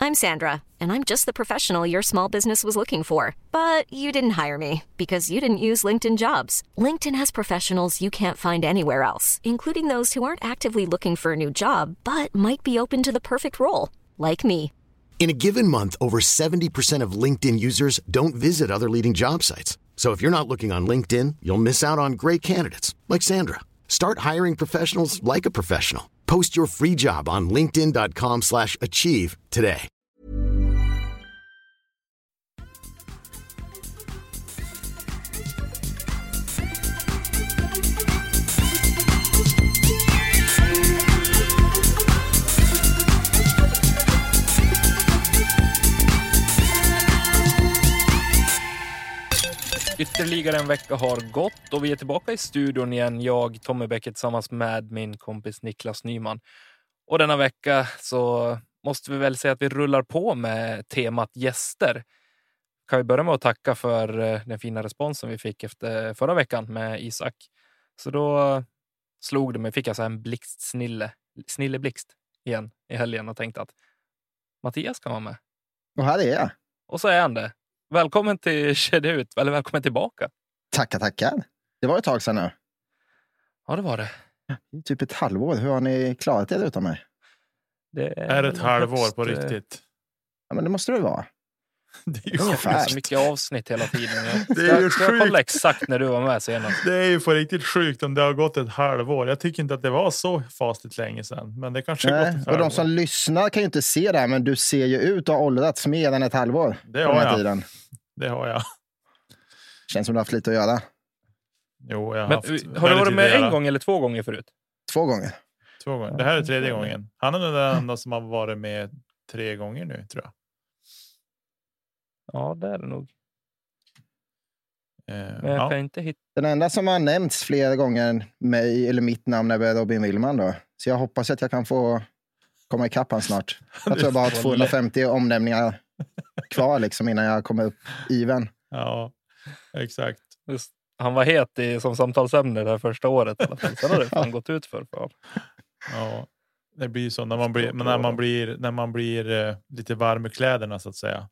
I'm Sandra, and I'm just the professional your small business was looking for. But you didn't hire me because you didn't use LinkedIn Jobs. LinkedIn has professionals you can't find anywhere else, including those who aren't actively looking for a new job, but might be open to the perfect role, like me. In a given month, over 70% of LinkedIn users don't visit other leading job sites. So if you're not looking on LinkedIn, you'll miss out on great candidates like Sandra. Start hiring professionals like a professional. Post your free job on linkedin.com/achieve today. Ytterligare en vecka har gått och vi är tillbaka i studion igen. Jag, Tommy Bäcket, tillsammans med min kompis Niklas Nyman. Och denna vecka så måste vi väl säga att vi rullar på med temat gäster. Kan vi börja med att tacka för den fina responsen vi fick efter förra veckan med Isak. Så då slog det mig, fick jag så en snilleblixt igen i helgen och tänkte att Mattias kan vara med. Och här är jag. Och så är han det. Välkommen till Kedja ut, eller välkommen tillbaka. Tackar. Det var ett tag sedan nu. Ja, det var det. Typ ett halvår. Hur har ni klarat er utan mig? Det är ett halvår på riktigt. Ja, men det måste det vara. Det är ju så mycket avsnitt hela tiden. Jag ska kolla exakt när du var med senast. Det är ju på riktigt sjukt om det har gått ett halvår. Jag tycker inte att det var så fastigt länge sedan. Men det kanske har gått ett halvår. Och de som lyssnar kan ju inte se det här, men du ser ju ut att ha åldrats mer än ett halvår. Det har jag. Tiden. Det har jag. Känns som du har haft lite att göra. Jo, jag har men, haft. Har du varit med en gång eller 2 gånger förut? 2 gånger. 2 gånger. Det här är 3:e gången. Han är den enda som har varit med 3 gånger nu, tror jag. Ja, det är det nog. Men jag kan inte hitta... Den enda som har nämnts flera gånger mig eller mitt namn är Robin Willman då. Så jag hoppas att jag kan få komma ikapp han snart. Jag tror jag bara har 250 omnämningar kvar liksom innan jag kommer upp i vän. Ja, exakt. Just, han var het som samtalsämne det här första året. Sen har det fan gått ut för. Ja, det blir så när man blir lite varm i kläderna så att säga.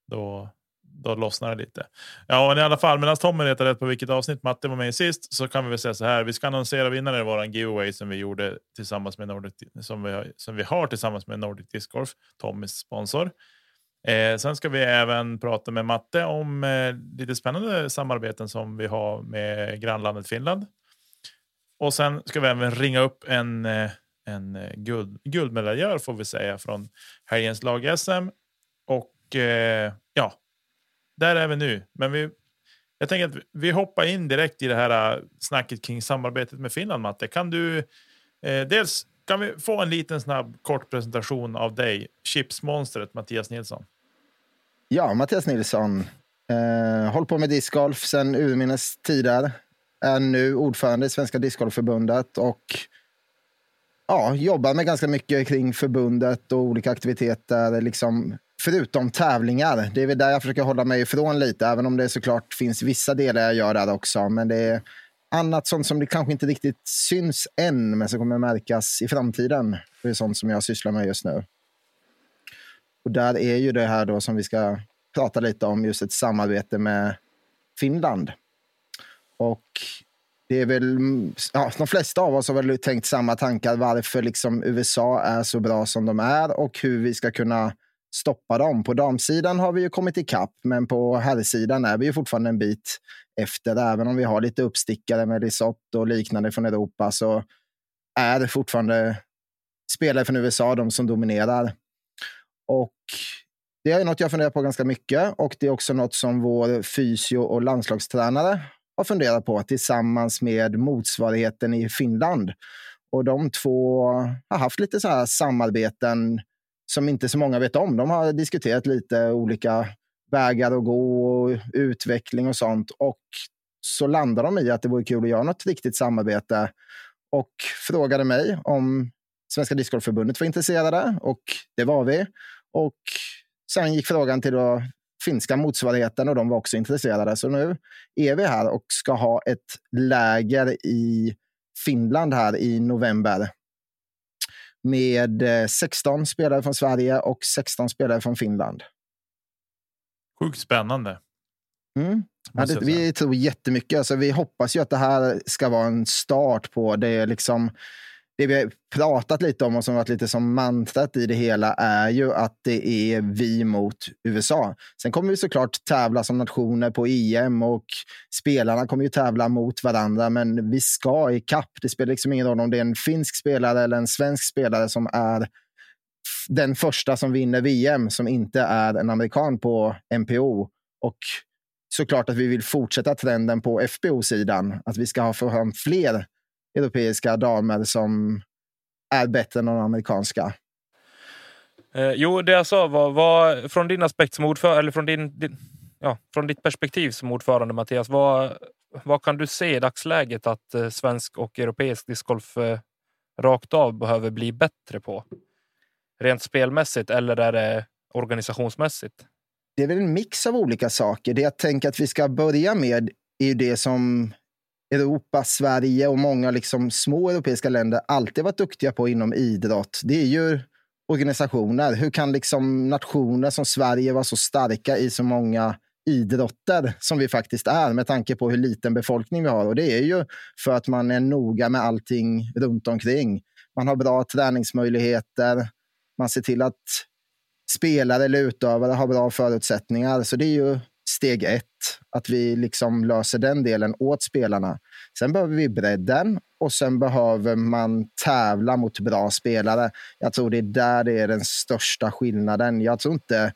Då lossnar det lite. Ja, men i alla fall, medan Tommy letar rätt på vilket avsnitt Matte var med i sist, så kan vi väl säga så här. Vi ska annonsera vinnare i våran giveaway som vi gjorde tillsammans med Nordic, som vi har tillsammans med Nordic Disc Golf, Tommys sponsor. Sen ska vi även prata med Matte om lite spännande samarbeten som vi har med grannlandet Finland. Och sen ska vi även ringa upp en guldmedaljör får vi säga från helgens lag-SM. Och ja, där är vi nu. Men jag tänker att vi hoppar in direkt i det här snacket kring samarbetet med Finland, Matte. Kan du dels kan vi få en liten snabb kort presentation av dig, chipsmonstret Mattias Nilsson? Ja, Mattias Nilsson. Håll på med discgolf sedan urminnes tider. Är nu ordförande i Svenska Discgolfförbundet och jobbar med ganska mycket kring förbundet och olika aktiviteter liksom. Förutom tävlingar. Det är väl där jag försöker hålla mig ifrån lite. Även om det såklart finns vissa delar jag gör där också. Men det är annat sånt som det kanske inte riktigt syns än. Men som kommer märkas i framtiden. Det är sånt som jag sysslar med just nu. Och där är ju det här då som vi ska prata lite om. Just ett samarbete med Finland. Och det är väl... Ja, de flesta av oss har väl tänkt samma tankar. Varför liksom USA är så bra som de är. Och hur vi ska kunna... stoppa dem. På damsidan har vi ju kommit ikapp, men på herrsidan är vi ju fortfarande en bit efter. Även om vi har lite uppstickare med risotto och liknande från Europa, så är det fortfarande spelare från USA de som dominerar. Och det är något jag funderar på ganska mycket, och det är också något som vår fysio- och landslagstränare har funderat på tillsammans med motsvarigheten i Finland. Och de två har haft lite så här samarbeten som inte så många vet om. De har diskuterat lite olika vägar att gå och utveckling och sånt. Och så landar de i att det vore kul att göra något riktigt samarbete. Och frågade mig om Svenska Discgolfförbundet var intresserade. Och det var vi. Och sen gick frågan till då finska motsvarigheten och de var också intresserade. Så nu är vi här och ska ha ett läger i Finland här i november. med 16 spelare från Sverige och 16 spelare från Finland. Sjukt spännande. Ja, vi tror jättemycket. Alltså, vi hoppas ju att det här ska vara en start på det. Liksom, det vi har pratat lite om och som varit lite som mantrat i det hela är ju att det är vi mot USA. Sen kommer vi såklart tävla som nationer på EM och spelarna kommer ju tävla mot varandra, men vi ska i kapp. Det spelar liksom ingen roll om det är en finsk spelare eller en svensk spelare som är den första som vinner VM som inte är en amerikan på NPO. Och såklart att vi vill fortsätta trenden på FPO-sidan. Att vi ska ha fram fler europeiska damer som är bättre än de amerikanska. Jo, det jag sa var från din aspekt som ordförande, eller från ditt perspektiv som ordförande, Mattias, vad kan du se i dagsläget att svensk och europeisk discgolf rakt av behöver bli bättre på? Rent spelmässigt eller är det organisationsmässigt? Det är väl en mix av olika saker. Det jag tänker att vi ska börja med är ju det som Europa, Sverige och många liksom små europeiska länder alltid varit duktiga på inom idrott. Det är ju organisationer. Hur kan liksom nationer som Sverige vara så starka i så många idrotter som vi faktiskt är med tanke på hur liten befolkning vi har? Och det är ju för att man är noga med allting runt omkring. Man har bra träningsmöjligheter. Man ser till att spelare eller utövare har bra förutsättningar. Så det är ju steg 1, att vi liksom löser den delen åt spelarna. Sen behöver vi bredden och sen behöver man tävla mot bra spelare. Jag tror det är där det är den största skillnaden. Jag tror inte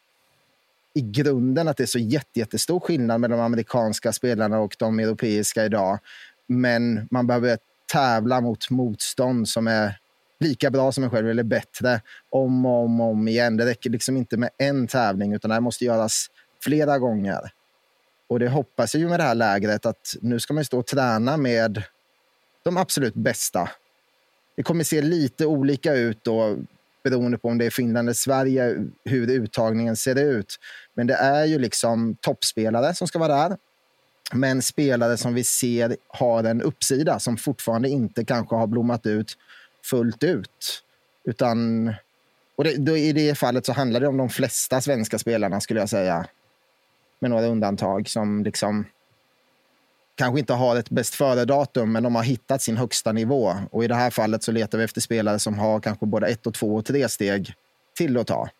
i grunden att det är så jättestor skillnad med de amerikanska spelarna och de europeiska idag. Men man behöver tävla mot motstånd som är lika bra som en själv eller bättre om igen. Det räcker liksom inte med en tävling utan det här måste göras flera gånger. Och det hoppas jag ju med det här lägret att nu ska man stå och träna med de absolut bästa. Det kommer se lite olika ut då beroende på om det är Finland eller Sverige hur uttagningen ser ut. Men det är ju liksom toppspelare som ska vara där. Men spelare som vi ser har en uppsida som fortfarande inte kanske har blommat ut fullt ut. Utan, och i det fallet så handlar det om de flesta svenska spelarna skulle jag säga. Med några undantag som liksom kanske inte har ett bäst före-datum men de har hittat sin högsta nivå. Och i det här fallet så letar vi efter spelare som har kanske både 1, 2 och 3 steg till att ta.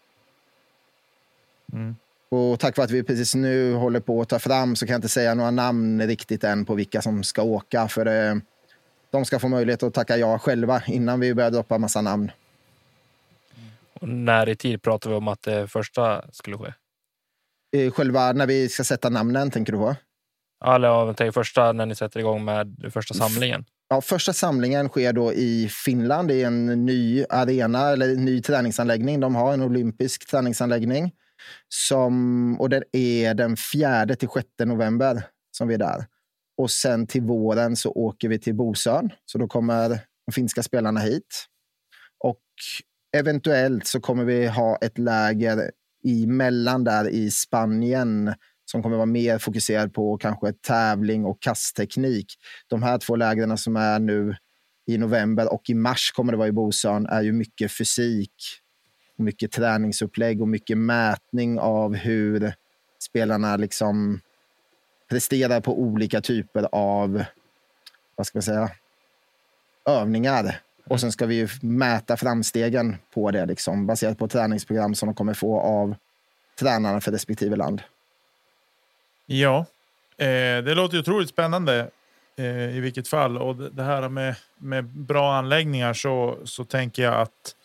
Och tack vare att vi precis nu håller på att ta fram så kan jag inte säga några namn riktigt än på vilka som ska åka. För de ska få möjlighet att tacka ja själva innan vi börjar droppa massa namn. Och när i tid pratar vi om att det första skulle ske? Själva när vi ska sätta namnen, tänker du på? Ja, jag första när ni sätter igång med första samlingen. Ja, första samlingen sker då i Finland. Det är en ny arena eller en ny träningsanläggning. De har en olympisk träningsanläggning. Och det är den 4-6 november som vi är där. Och sen till våren så åker vi till Bosön. Så då kommer de finska spelarna hit. Och eventuellt så kommer vi ha ett läger emellan där i Spanien som kommer vara mer fokuserad på kanske tävling och kastteknik. De här 2 lägren som är nu i november och i mars kommer det vara i Bosön är ju mycket fysik, mycket träningsupplägg och mycket mätning av hur spelarna liksom presterar på olika typer av, vad ska man säga, övningar. Och sen ska vi ju mäta framstegen på det liksom, baserat på träningsprogram som de kommer få av tränarna för respektive land. Ja, det låter ju otroligt spännande i vilket fall. Och det här med bra anläggningar så tänker jag att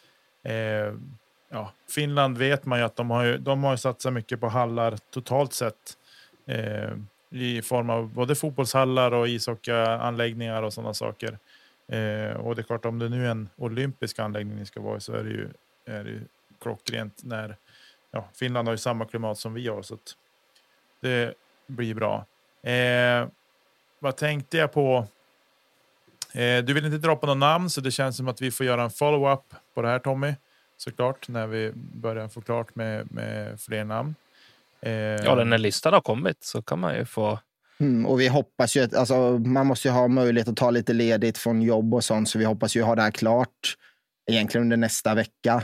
Finland vet man ju att de har satsat mycket på hallar totalt sett. I form av både fotbollshallar och ishockeyanläggningar och sådana saker. Och det är klart, om det nu är en olympisk anläggning ska vara så är det ju klockrent när Finland har ju samma klimat som vi har så att det blir bra. Vad tänkte jag på? Du vill inte droppa någon namn så det känns som att vi får göra en follow-up på det här, Tommy. Såklart, när vi börjar få klart med fler namn. Ja, den här listan har kommit så kan man ju få... Och vi hoppas ju att man måste ju ha möjlighet att ta lite ledigt från jobb och sånt, så vi hoppas ju ha det här klart egentligen under nästa vecka.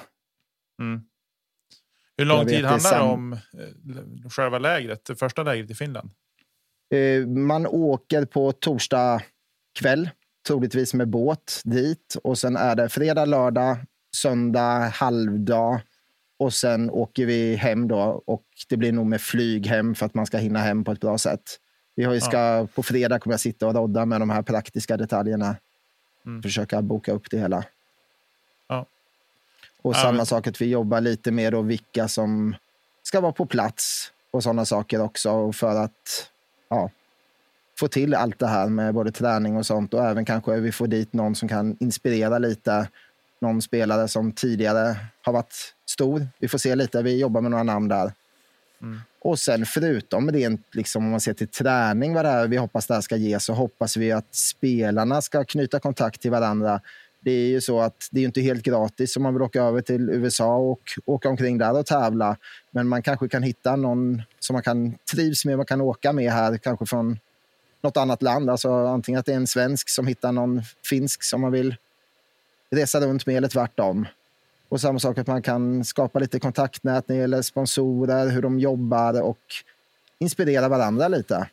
Hur lång tid handlar det om själva lägret, det första lägret i Finland? Man åker på torsdag kväll, troligtvis med båt dit. Och sen är det fredag, lördag, söndag, halvdag. Och sen åker vi hem då. Och det blir nog med flyg hem för att man ska hinna hem på ett bra sätt. Vi har ju på fredag kommer jag sitta och rodda med de här praktiska detaljerna. Försöka boka upp det hela. Ja. Och samma sak att vi jobbar lite mer då vilka som ska vara på plats. Och sådana saker också för att få till allt det här med både träning och sånt. Och även kanske vi får dit någon som kan inspirera lite. Någon spelare som tidigare har varit stor. Vi får se lite, vi jobbar med några namn där. Och sen förutom rent, liksom, om man ser till träning vad det är vi hoppas det här ska ge, så hoppas vi att spelarna ska knyta kontakt till varandra. Det är ju så att det är inte helt gratis om man vill åka över till USA och åka omkring där och tävla. Men man kanske kan hitta någon som man kan trivs med, man kan åka med här, kanske från något annat land. Alltså antingen att det är en svensk som hittar någon finsk som man vill resa runt med eller tvärtom. Och samma sak att man kan skapa lite kontaktnät när det gäller sponsorer, hur de jobbar och inspirera varandra lite.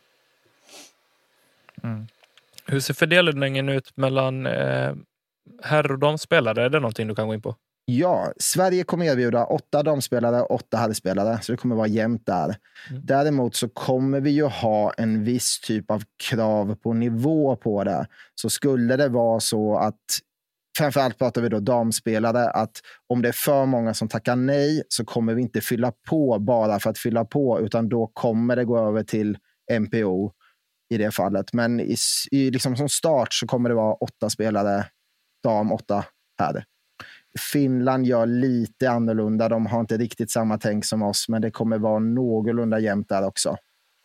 Hur ser fördelningen ut mellan herr- och damspelare? Är det någonting du kan gå in på? Ja, Sverige kommer erbjuda 8 damspelare, 8 herrspelare, så det kommer vara jämnt där. Däremot så kommer vi ju ha en viss typ av krav på nivå på det. Så skulle det vara så att, framförallt pratar vi då damspelare, att om det är för många som tackar nej så kommer vi inte fylla på bara för att fylla på, utan då kommer det gå över till MPO i det fallet. Men i liksom som start så kommer det vara 8 spelare dam, 8 herr. Finland gör lite annorlunda. De har inte riktigt samma tänk som oss, men det kommer vara någorlunda jämnt där också.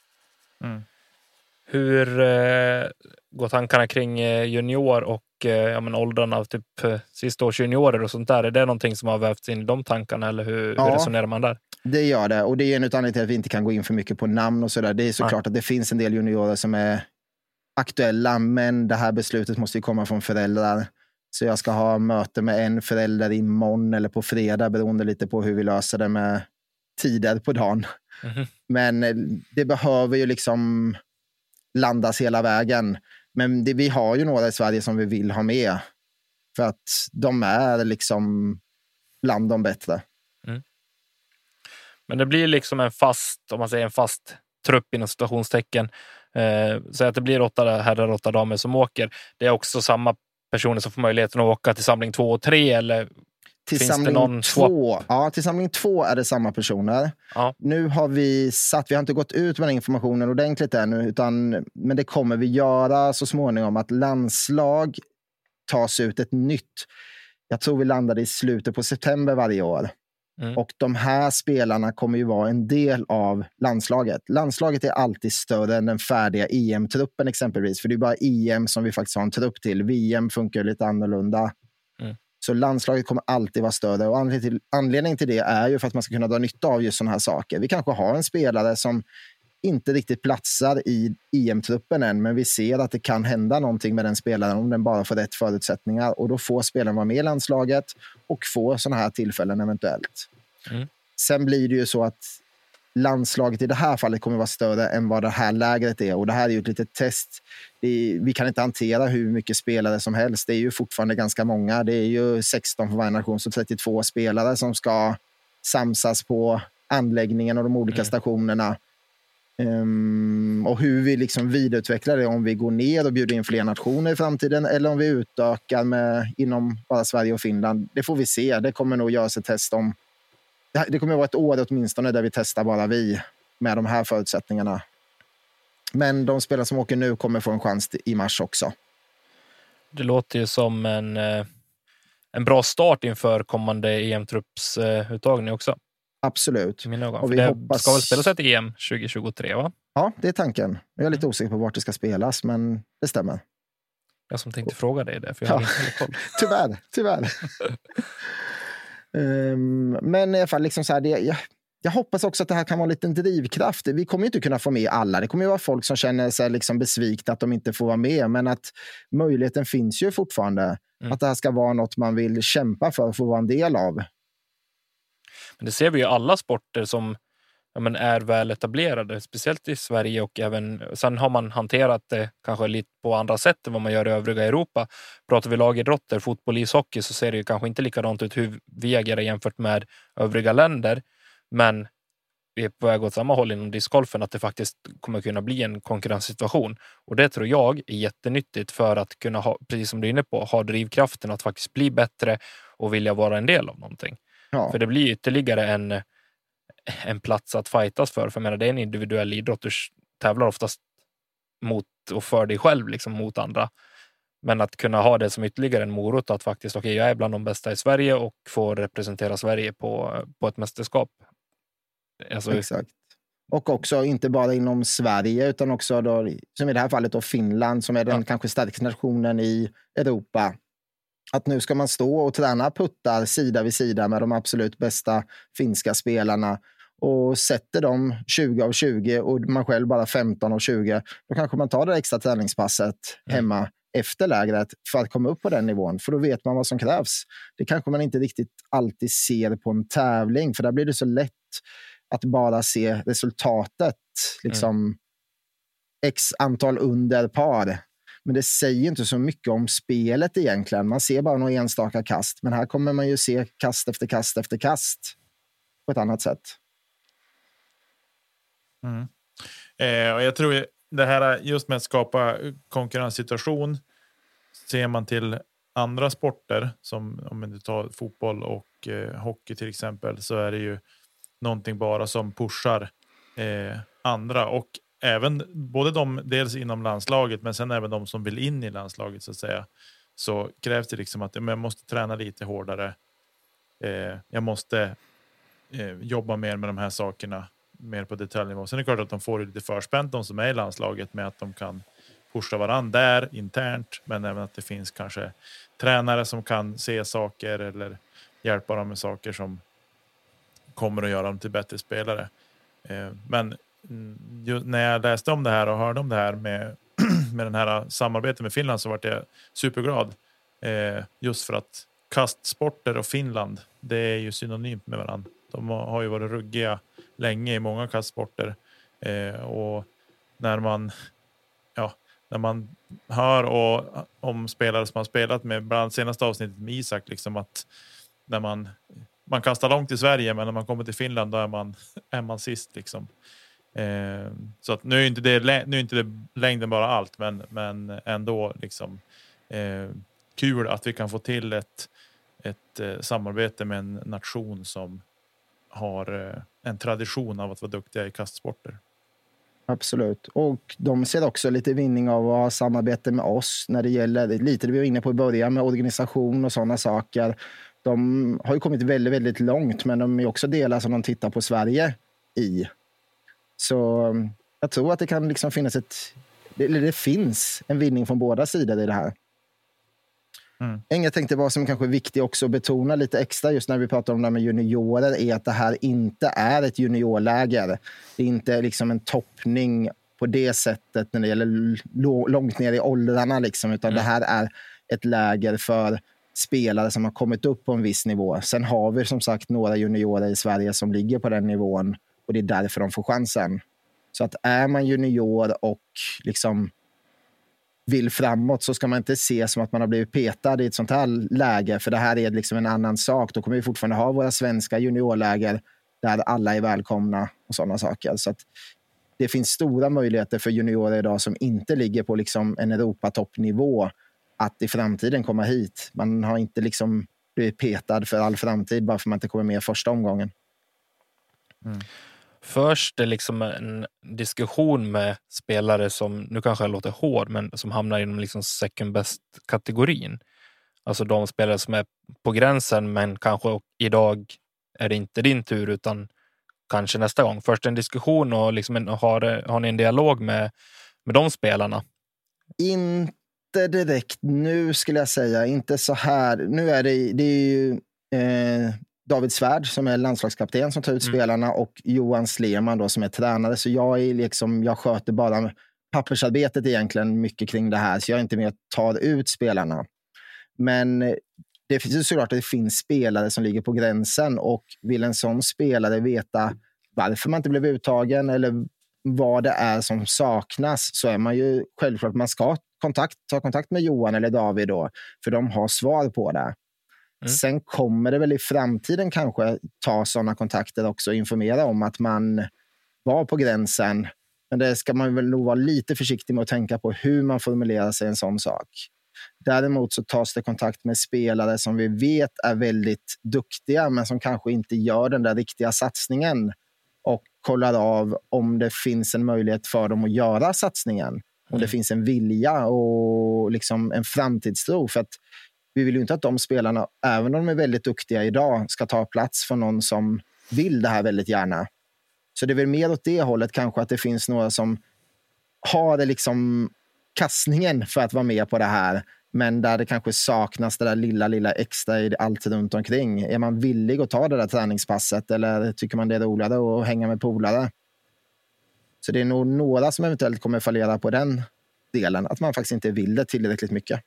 Hur går tankarna kring junior och åldrarna av typ sista års juniorer och sånt där? Är det någonting som har vävts in i de tankarna, eller hur resonerar man där? Det gör det, och det är en anledning till att vi inte kan gå in för mycket på namn och sådär. Det är såklart att det finns en del juniorer som är aktuella, men det här beslutet måste ju komma från föräldrar. Så jag ska ha möte med en förälder imorgon eller på fredag, beroende lite på hur vi löser det med tider på dagen. Men det behöver ju liksom landas hela vägen. Men vi har ju några i Sverige som vi vill ha med. För att de är liksom bland de bättre. Men det blir liksom en fast trupp inom situationstecken. Så att det blir 8 herrar och 8 damer som åker. Det är också samma personer som får möjligheten att åka till samling 2 och 3, eller till finns samling det någon 2? Ja, till samling 2 är det samma personer. Ja. Nu har vi har inte gått ut med den informationen ordentligt ännu, men det kommer vi göra så småningom, att landslag tas ut ett nytt. Jag tror vi landade i slutet på september varje år. Och de här spelarna kommer ju vara en del av landslaget. Landslaget är alltid större än den färdiga EM-truppen exempelvis. För det är bara EM som vi faktiskt har en trupp till. VM funkar lite annorlunda. Så landslaget kommer alltid vara större. Och anledningen till det är ju för att man ska kunna dra nytta av just sådana här saker. Vi kanske har en spelare som inte riktigt platsar i EM-truppen än, men vi ser att det kan hända någonting med den spelaren om den bara får rätt förutsättningar, och då får spelaren vara med i landslaget och få sådana här tillfällen eventuellt. Sen blir det ju så att landslaget i det här fallet kommer vara större än vad det här lägret är, och det här är ju ett litet test. Vi kan inte hantera hur mycket spelare som helst. Det är ju fortfarande ganska många. Det är ju 16 för varje nation, så 32 spelare som ska samsas på anläggningen och de olika stationerna. Och hur vi liksom vidareutvecklar det, om vi går ner och bjuder in fler nationer i framtiden, eller om vi utökar inom bara Sverige och Finland. Det får vi se. Det kommer nog göras ett test om. Det kommer vara ett år åtminstone där vi testar bara vi med de här förutsättningarna. Men de spelare som åker nu kommer få en chans i mars också. Det låter ju som en bra start inför kommande EM-truppsuttagning också. Absolut. Och vi ska väl spelas ett EM 2023, va? Ja, det är tanken. Jag är lite osäker på vart det ska spelas, men det stämmer. Jag som tänkte fråga dig det, för jag har inte koll. Tyvärr. Men i alla fall, liksom så här, jag hoppas också att det här kan vara en liten drivkraft. Vi kommer ju inte kunna få med alla. Det kommer ju vara folk som känner sig liksom besvikna att de inte får vara med. Men att möjligheten finns ju fortfarande. Att det här ska vara något man vill kämpa för att få vara en del av. Men det ser vi ju i alla sporter som är väl etablerade. Speciellt i Sverige och även... Sen har man hanterat det kanske lite på andra sätt än vad man gör i övriga Europa. Pratar vi lagidrotter, fotboll, ishockey så ser det ju kanske inte likadant ut hur vi agerar jämfört med övriga länder. Men vi är på väg åt samma håll inom discgolfen att det faktiskt kommer kunna bli en konkurrenssituation. Och det tror jag är jättenyttigt för att kunna ha, precis som du är inne på, ha drivkraften att faktiskt bli bättre och vilja vara en del av någonting. Ja. För det blir ytterligare en plats att fightas för. För jag menar, det är en individuell idrott. Du tävlar oftast mot och för dig själv liksom, mot andra. Men att kunna ha det som ytterligare en morot att faktiskt, jag är bland de bästa i Sverige och får representera Sverige på ett mästerskap. Alltså... Exakt. Och också inte bara inom Sverige utan också då, som i det här fallet då Finland som är den kanske starkaste nationen i Europa. Att nu ska man stå och träna puttar sida vid sida med de absolut bästa finska spelarna och sätter dem 20 av 20 och man själv bara 15 av 20. Då kanske man tar det extra träningspasset hemma efter lägret för att komma upp på den nivån. För då vet man vad som krävs. Det kanske man inte riktigt alltid ser på en tävling. För där blir det så lätt att bara se resultatet. Liksom x antal under par. Men det säger inte så mycket om spelet egentligen. Man ser bara några enstaka kast. Men här kommer man ju se kast efter kast efter kast på ett annat sätt. Och jag tror det här just med att skapa konkurrenssituation ser man till andra sporter som om du tar fotboll och hockey till exempel så är det ju någonting bara som pushar andra och även både de dels inom landslaget men sen även de som vill in i landslaget så att säga så krävs det liksom att jag måste träna lite hårdare. Jag måste jobba mer med de här sakerna mer på detaljnivå. Sen är det klart att de får lite förspänt de som är i landslaget med att de kan pusha varandra där internt men även att det finns kanske tränare som kan se saker eller hjälpa dem med saker som kommer att göra dem till bättre spelare. Men när jag läste om det här och hörde om det här med den här samarbetet med Finland så var jag superglad. Just för att kastsporter och Finland det är ju synonymt med varandra. De har ju varit ruggiga länge i många kastsporter. Och när man hör om spelare som har spelat med bland annat senaste avsnittet med Isak liksom att när man kastar långt i Sverige men när man kommer till Finland då är man sist liksom. Så att nu är inte det längden bara allt men ändå liksom kul att vi kan få till ett samarbete med en nation som har en tradition av att vara duktiga i kastsporter. Absolut. Och de ser också lite vinning av att ha samarbete med oss när det gäller lite det vi var inne på i början med organisation och sådana saker. De har ju kommit väldigt, väldigt långt men de är också delar som de tittar på Sverige i. Så jag tror att det kan liksom finnas det finns en vinning från båda sidor i det här. Jag tänkte vad som kanske är viktigt också att betona lite extra just när vi pratar om det med juniorer är att det här inte är ett juniorläger. Det är inte liksom en toppning på det sättet när det gäller långt ner i åldrarna liksom, utan det här är ett läger för spelare som har kommit upp på en viss nivå. Sen har vi som sagt några juniorer i Sverige som ligger på den nivån och det är därför de får chansen. Så att är man junior och liksom vill framåt så ska man inte se som att man har blivit petad i ett sånt här läge för det här är liksom en annan sak. Då kommer vi fortfarande ha våra svenska juniorläger där alla är välkomna och sådana saker. Så att det finns stora möjligheter för juniorer idag som inte ligger på liksom en Europatoppnivå att i framtiden komma hit. Man har inte liksom blivit petad för all framtid bara för att man inte kommer med första omgången. Först är liksom en diskussion med spelare som, nu kanske jag låter hård, men som hamnar inom liksom second best-kategorin. Alltså de spelare som är på gränsen, men kanske idag är det inte din tur utan kanske nästa gång. Först en diskussion och liksom har ni en dialog med de spelarna? Inte direkt nu skulle jag säga, inte så här. Nu är det är ju David Svärd som är landslagskapten som tar ut spelarna och Johan Sleman då som är tränare. Så jag sköter bara pappersarbetet egentligen mycket kring det här. Så jag är inte med och tar ut spelarna. Men det finns ju såklart att det finns spelare som ligger på gränsen och vill en sån spelare veta varför man inte blev uttagen eller vad det är som saknas, så är man ju självklart man ska ta kontakt med Johan eller David då, för de har svar på det. Sen kommer det väl i framtiden kanske ta sådana kontakter också och informera om att man var på gränsen. Men det ska man väl nog vara lite försiktig med att tänka på hur man formulerar sig en sån sak. Däremot så tas det kontakt med spelare som vi vet är väldigt duktiga men som kanske inte gör den där riktiga satsningen och kollar av om det finns en möjlighet för dem att göra satsningen. Om det finns en vilja och liksom en framtidstro. För att vi vill ju inte att de spelarna, även om de är väldigt duktiga idag, ska ta plats för någon som vill det här väldigt gärna. Så det är väl mer åt det hållet kanske att det finns några som har det liksom kastningen för att vara med på det här, men där det kanske saknas det där lilla extra i allt runt omkring. Är man villig att ta det där träningspasset eller tycker man det är roligare att hänga med polare? Så det är nog några som eventuellt kommer fallera på den delen, att man faktiskt inte vill det tillräckligt mycket.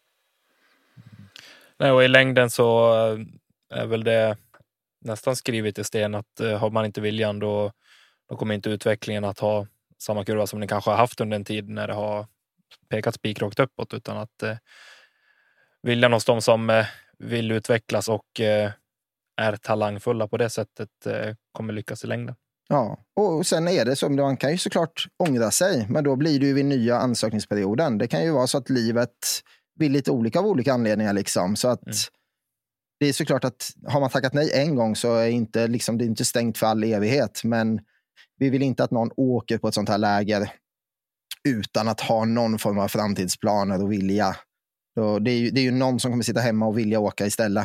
Nej, och i längden så är väl det nästan skrivet i sten att har man inte viljan då kommer inte utvecklingen att ha samma kurva som ni kanske har haft under en tid när det har pekat spikrakt uppåt, utan att viljan hos de som vill utvecklas och är talangfulla på det sättet kommer lyckas i längden. Ja, och sen är det som man kan ju såklart ångra sig, men då blir det ju vid nya ansökningsperioden. Det kan ju vara så att livet blir lite olika av olika anledningar liksom, så att det är såklart att har man tackat nej en gång så är inte, liksom, det är inte stängt för all evighet, men vi vill inte att någon åker på ett sånt här läger utan att ha någon form av framtidsplaner och vilja. Så det är ju någon som kommer sitta hemma och vilja åka istället.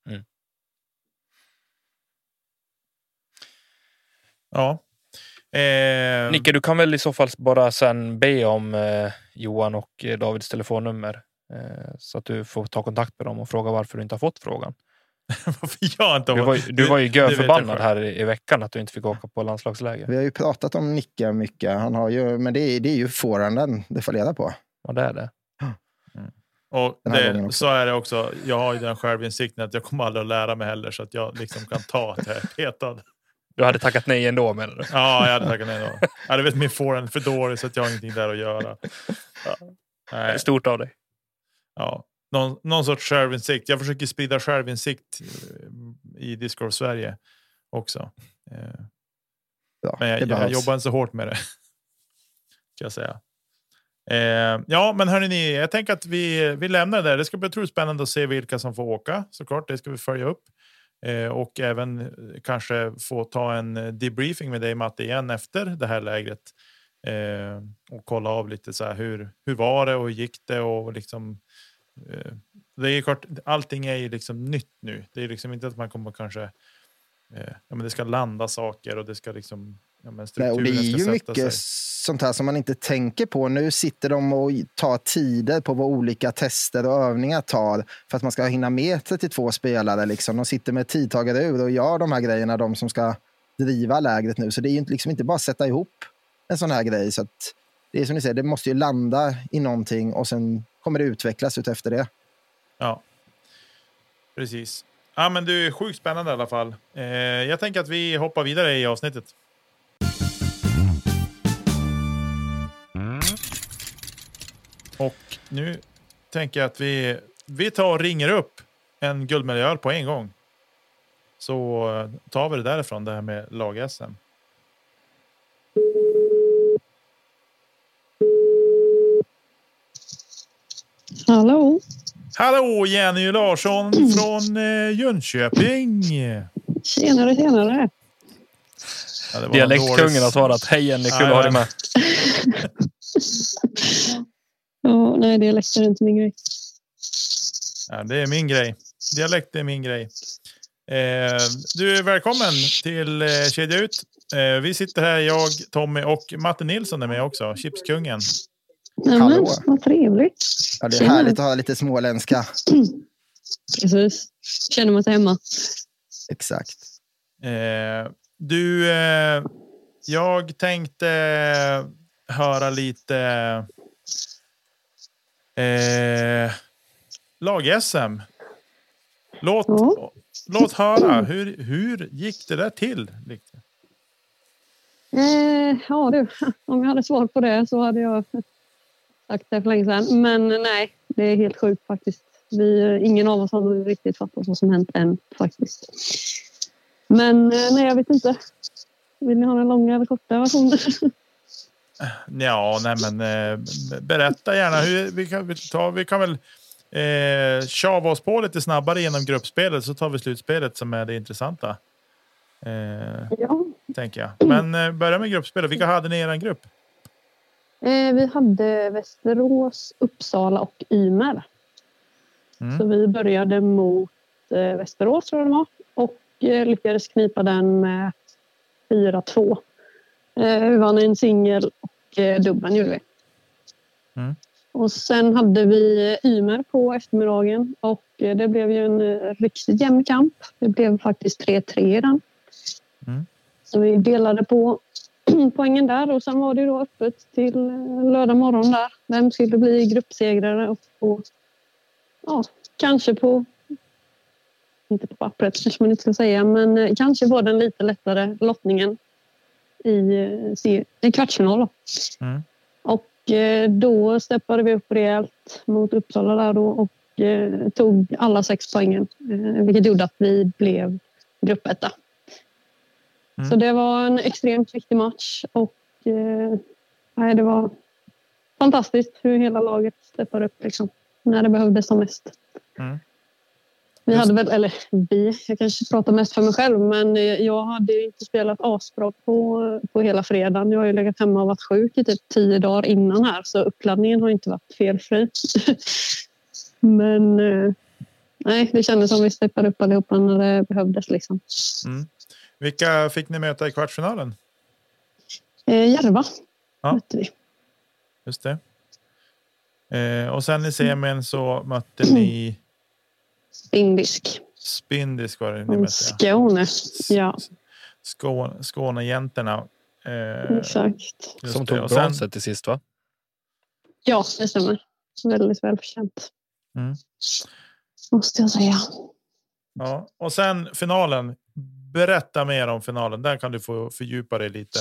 Ja. Nicke, du kan väl i så fall bara sen be om Johan och Davids telefonnummer så att du får ta kontakt med dem och fråga varför du inte har fått frågan. Varför jag inte du var ju förbannad här i veckan att du inte fick åka på landslagsläger. Vi har ju pratat om Nicke mycket. Han har ju, men det är ju forehanden det fallerar på. Ja, det är det. Och så är det också. Jag har ju den självinsikten att jag kommer aldrig att lära mig heller, så att jag liksom kan ta att jag är petad. Du hade tackat nej ändå, menar du? Ja, jag hade tackat nej ändå. Jag vet min forehand för dålig så att jag har ingenting där att göra. Ja. Det är stort av dig. Ja. Någon sorts självinsikt. Jag försöker sprida självinsikt i Discord Sverige också. Ja, men jag jobbar inte så hårt med det. Kan jag säga. Ja, men hörni, jag tänker att vi lämnar det där. Det ska bli otroligt spännande att se vilka som får åka. Såklart, det ska vi följa upp. Och även kanske få ta en debriefing med dig, Matte, igen efter det här lägret. Och kolla av lite så här, hur var det och hur gick det och liksom... Det är klart, allting är ju liksom nytt nu. Det är liksom inte att man kommer kanske men det ska landa saker och det ska liksom strukturen. Nej, och det är ju ska mycket sig. sånt här som man inte tänker på. Nu sitter de och tar tider på vad olika tester och övningar tar för att man ska hinna med 32 spelare liksom. De sitter med tidtagare ur och gör de här grejerna, de som ska driva lägret nu. Så det är ju liksom inte bara att sätta ihop en sån här grej, så att det är som ni säger, det måste ju landa i någonting och sen kommer det utvecklas ut efter det. Ja, precis. Ja, men det är sjukt spännande i alla fall. Jag tänker att vi hoppar vidare i avsnittet. Och nu tänker jag att vi tar och ringer upp en guldmedaljör på en gång. Så tar vi det därifrån, det här med lag-SM. Hallå? Hallå, Jenny Larsson från Jönköping. Tjenare. Ja, dialektkungen har svarat. Hej Jenny, kul att ha dig med. Ja, nej, dialekt är inte min grej. Ja, det är min grej. Dialekt är min grej. Du är välkommen till Kedja ut. Vi sitter här, jag, Tommy och Matte Nilsson är med också. Chipskungen. Nämen, vad trevligt. Ja, det är härligt att ha lite småländska. Precis. Känner mig inte hemma. Exakt. Jag tänkte höra lite lag-SM. Låt höra. Hur gick det där till? Ja du, om jag hade svar på det så hade jag sagt det för länge sedan. Men nej, det är helt sjukt faktiskt. Ingen av oss har riktigt fattat vad som hänt än faktiskt. Men nej, jag vet inte. Vill ni ha den långa eller korta versionen? Ja, nej men berätta gärna. Vi kan väl tjava oss på lite snabbare genom gruppspelet, så tar vi slutspelet som är det intressanta. Ja. Tänker jag. Men börja med gruppspelet. Vilka hade ni i er grupp? Vi hade Västerås, Uppsala och Ymer. Så vi började mot Västerås tror jag det var. Och lyckades knipa den med 4-2. Vi vann en singel och dubbeln gjorde vi. Och sen hade vi Ymer på eftermiddagen. Och det blev ju en riktigt jämn kamp. Det blev faktiskt 3-3 i den. Så vi delade på poängen där. Och sen var det då öppet till lördag morgon där. Vem skulle bli gruppsegrare och få, kanske på, inte på pappret kanske man inte ska säga, men kanske var den lite lättare lottningen i kvartsfinal då. Och då steppade vi upp rejält mot Uppsala där då och tog alla 6 poängen, vilket gjorde att vi blev gruppetta. Så det var en extremt viktig match och det var fantastiskt hur hela laget steppade upp liksom, när det behövdes som mest. Vi hade väl, jag kanske pratar mest för mig själv, men jag hade inte spelat asbra på hela fredagen. Jag har ju legat hemma och varit sjuk i typ 10 dagar innan här, så uppladdningen har inte varit felfri. Men nej, det kändes som vi steppade upp allihopa när det behövdes liksom. Vilka fick ni möta i kvartsfinalen? Järva mötte vi. Just det. Och sen i semin så mötte ni Spindisk var det ni mötte. Skåne. Ja. Skånejäntorna. Exakt. Som tog bronset till sist, va? Ja, det stämmer. Väldigt välförtjänt. Måste jag säga. Ja, och sen finalen. Berätta mer om finalen. Där kan du få fördjupa dig lite.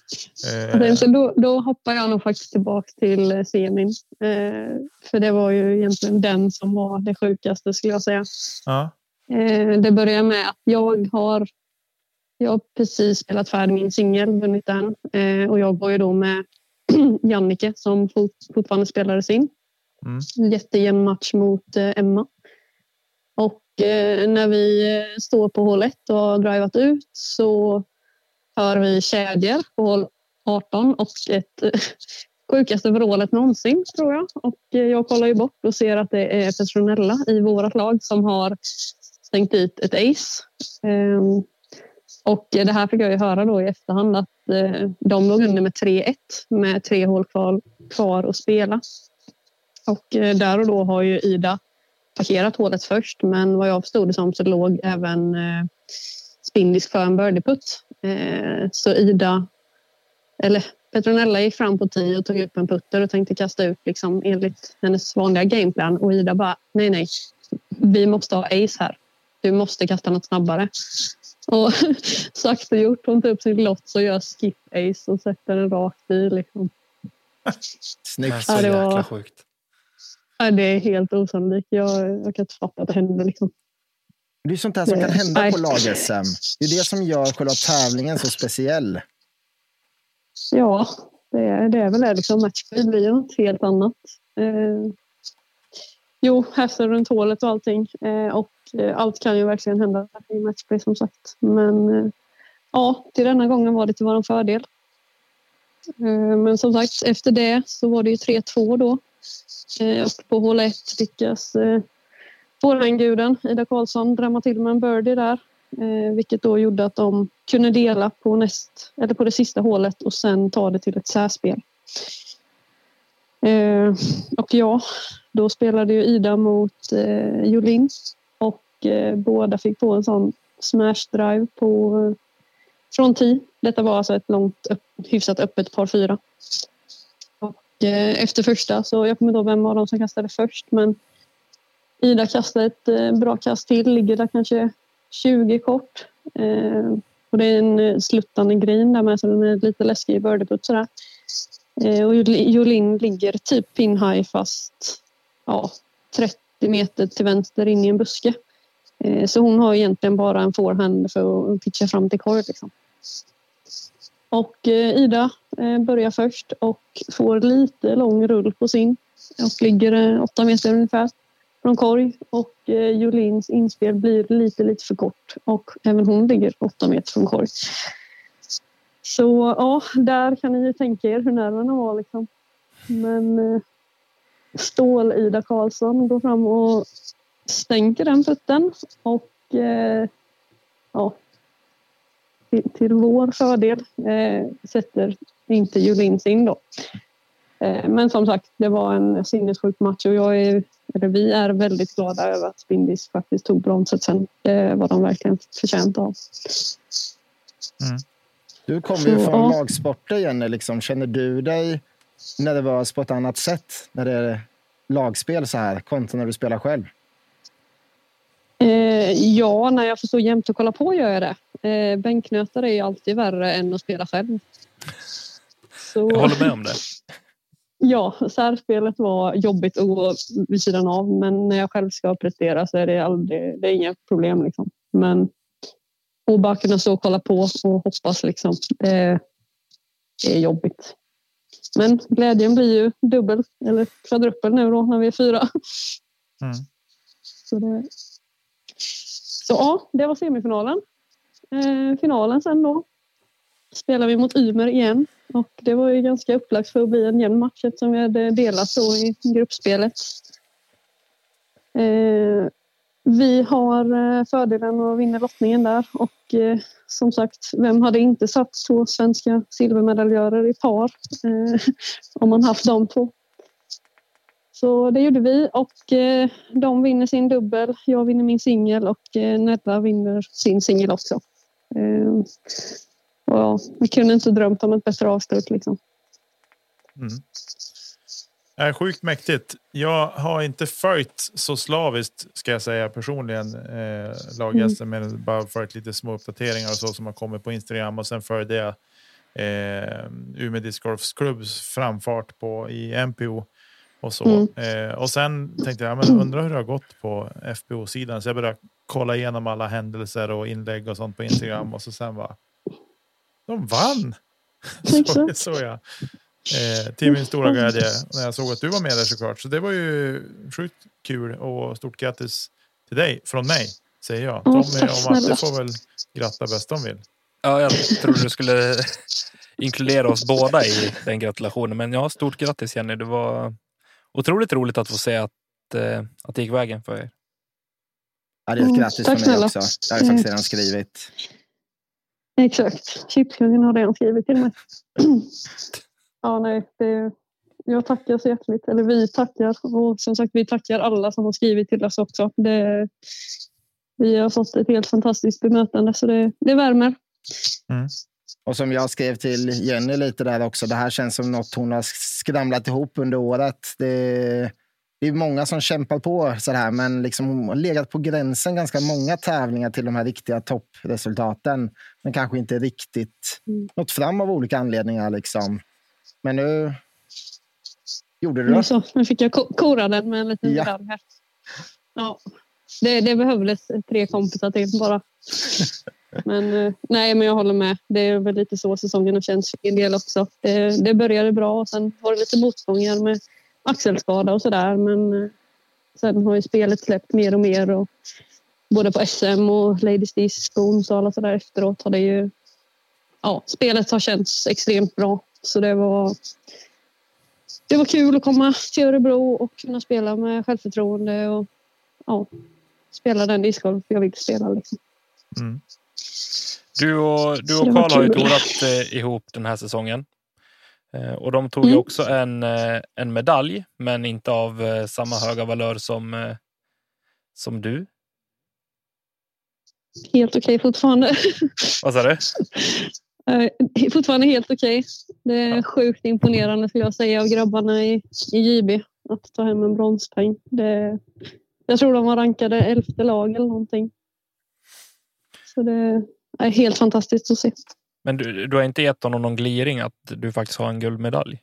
Då hoppar jag nog faktiskt tillbaka till semin. För det var ju egentligen den som var det sjukaste skulle jag säga. Det börjar med att jag har precis spelat färdig min singel, vunnit den. Och jag var ju då med Jannike som fortfarande spelade sin. Jättejämn match mot Emma. Och när vi står på hål 1 och har drivat ut så hör vi kedjor på hål 18 och ett sjukaste vrålet någonsin tror jag. Och jag kollar ju bort och ser att det är Petronella i vårat lag som har stängt dit ett ace. Och det här fick jag ju höra då i efterhand att de låg under med 3-1 med 3 hål kvar att spela. Och där och då har ju Ida parkerat hålet först, men vad jag förstod det som så låg även Spindisk för en birdie-putt. Så Petronella gick fram på 10 och tog upp en putter och tänkte kasta ut liksom enligt hennes vanliga gameplan. Och Ida bara, nej, vi måste ha ace här. Du måste kasta något snabbare. Och sagt och gjort, hon tar upp sin lott så gör skip ace och sätter den rakt i liksom. Snyggt, så jäkla sjukt. Ja, det är helt osannolikt. Jag kan inte fatta att det händer liksom. Det är sånt här som kan hända på lag-SM. Det är det som gör själva tävlingen så speciell. Ja, det är väl det liksom. Matchplay blir något helt annat. Hästar runt hålet och allting. Och allt kan ju verkligen hända i matchplay som sagt. Men till denna gången var det till vår fördel. Men som sagt, efter det så var det ju 3-2 då. Och på hål 1 lyckas forehänguden Ida Karlsson drämma till med en birdie där. Vilket då gjorde att de kunde dela på det sista hålet och sen ta det till ett särspel. Och då spelade ju Ida mot Jolin och båda fick på en sån smash drive från tee. Detta var alltså ett långt, hyfsat öppet par 4. Och efter första, så jag kommer inte ihåg vem av dem som kastade först, men Ida kastade ett bra kast till, ligger där kanske 20 kort. Och det är en sluttande green där med, så den är lite läskig i birdieputt sådär. Och Jolin ligger typ pin high fast 30 meter till vänster in i en buske. Så hon har egentligen bara en forehand för att pitcha fram till korg liksom. Och Ida börjar först och får lite lång rull på sin. Och ligger 8 meter ungefär från korg. Och Jolins inspel blir lite för kort. Och även hon ligger 8 meter från korg. Så ja, där kan ni ju tänka er hur nerverna var liksom. Men Stål-Ida Karlsson går fram och stänker den putten. Och till vår fördel sätter inte Jolins in då. Men som sagt, det var en sinnessjuk match och vi är väldigt glada över att Spindis faktiskt tog bronset sen. Det var de verkligen förtjänt av. Mm. Du kommer ju från lagsporter, Jenny. Liksom. Känner du dig nervös på ett annat sätt när det är lagspel så här kontra när du spelar själv? Ja, när jag får stå jämt och kolla på gör jag det. Bänknötare är alltid värre än att spela själv. Så, jag håller med om det. Ja, särspelet var jobbigt att gå vid sidan av, men när jag själv ska prestera så är det är inga problem liksom. Men att bara kunna stå och kolla på och hoppas liksom, det är jobbigt. Men glädjen blir ju dubbel eller kvadruppel nu då när vi är 4. Mm. Så ja, det var semifinalen. Finalen sen då spelar vi mot Ymer igen. Och det var ju ganska upplagt för att bli en jämn match eftersom vi hade delat så i gruppspelet. Vi har fördelen att vinna lottningen där. Och som sagt, vem hade inte satt 2 svenska silvermedaljörer i par om man haft de 2? Så det gjorde vi och de vinner sin dubbel, jag vinner min singel och Nedda vinner sin singel också. Och vi kunde inte drömt om ett bättre avslut liksom. Sjukt mäktigt. Jag har inte följt så slaviskt ska jag säga personligen laggästen, men bara följt lite små uppdateringar och så som har kommit på Instagram och sen följde jag Umeå Disc Golfs klubbs framfart i MPO och så. Och sen tänkte jag, men undrar hur det har gått på FPO-sidan, så jag började kolla igenom alla händelser och inlägg och sånt på Instagram och så sen var de vann! så jag. Till min stora glädje när jag såg att du var med där såklart. Så det var ju sjukt kul och stort grattis till dig från mig, säger jag. Tommy och Matte får väl gratta bäst de vill. Ja, jag trodde du skulle inkludera oss båda i den gratulationen. Men ja, stort grattis Jenny. Det var otroligt roligt att få se att det gick vägen för er. Ja, det är ett grattis för mig också. Jag har faktiskt redan skrivit. Exakt. Chipskungen har redan skrivit till mig. Ja, nej. Jag tackar så hjärtligt. Eller vi tackar. Och som sagt, vi tackar alla som har skrivit till oss också. Vi har fått ett helt fantastiskt bemötande. Så det värmer. Och som jag skrev till Jenny lite där också. Det här känns som något hon har skramlat ihop under året. Det är många som kämpar på så här, men liksom hon har legat på gränsen ganska många tävlingar till de här riktiga toppresultaten, men kanske inte riktigt nått fram av olika anledningar liksom. Men nu gjorde du det. Nu fick jag kora den med en liten medalj här. Ja, det behövdes 3 kompisar till bara. Men nej, men jag håller med. Det är väl lite så säsongen har känts för en del också. Det började bra och sen var det lite motgångar med axelskada och sådär, men sen har ju spelet släppt mer och mer och både på SM och Ladies Disc och så där efteråt har det ju spelet har känts extremt bra, så det var kul att komma till Örebro och kunna spela med självförtroende och spela den discgolf jag vill spela liksom. Du och Carl har ju torat ihop den här säsongen. Och de tog ju också en medalj, men inte av samma höga valör som du. Helt okej fortfarande. Vad sa du? Fortfarande helt okej. Det är sjukt imponerande skulle jag säga av grabbarna i JB att ta hem en bronspeng. Jag tror de var rankade 11:e lag eller någonting. Så det är helt fantastiskt att se. Men du har inte gett honom någon gliring att du faktiskt har en guldmedalj?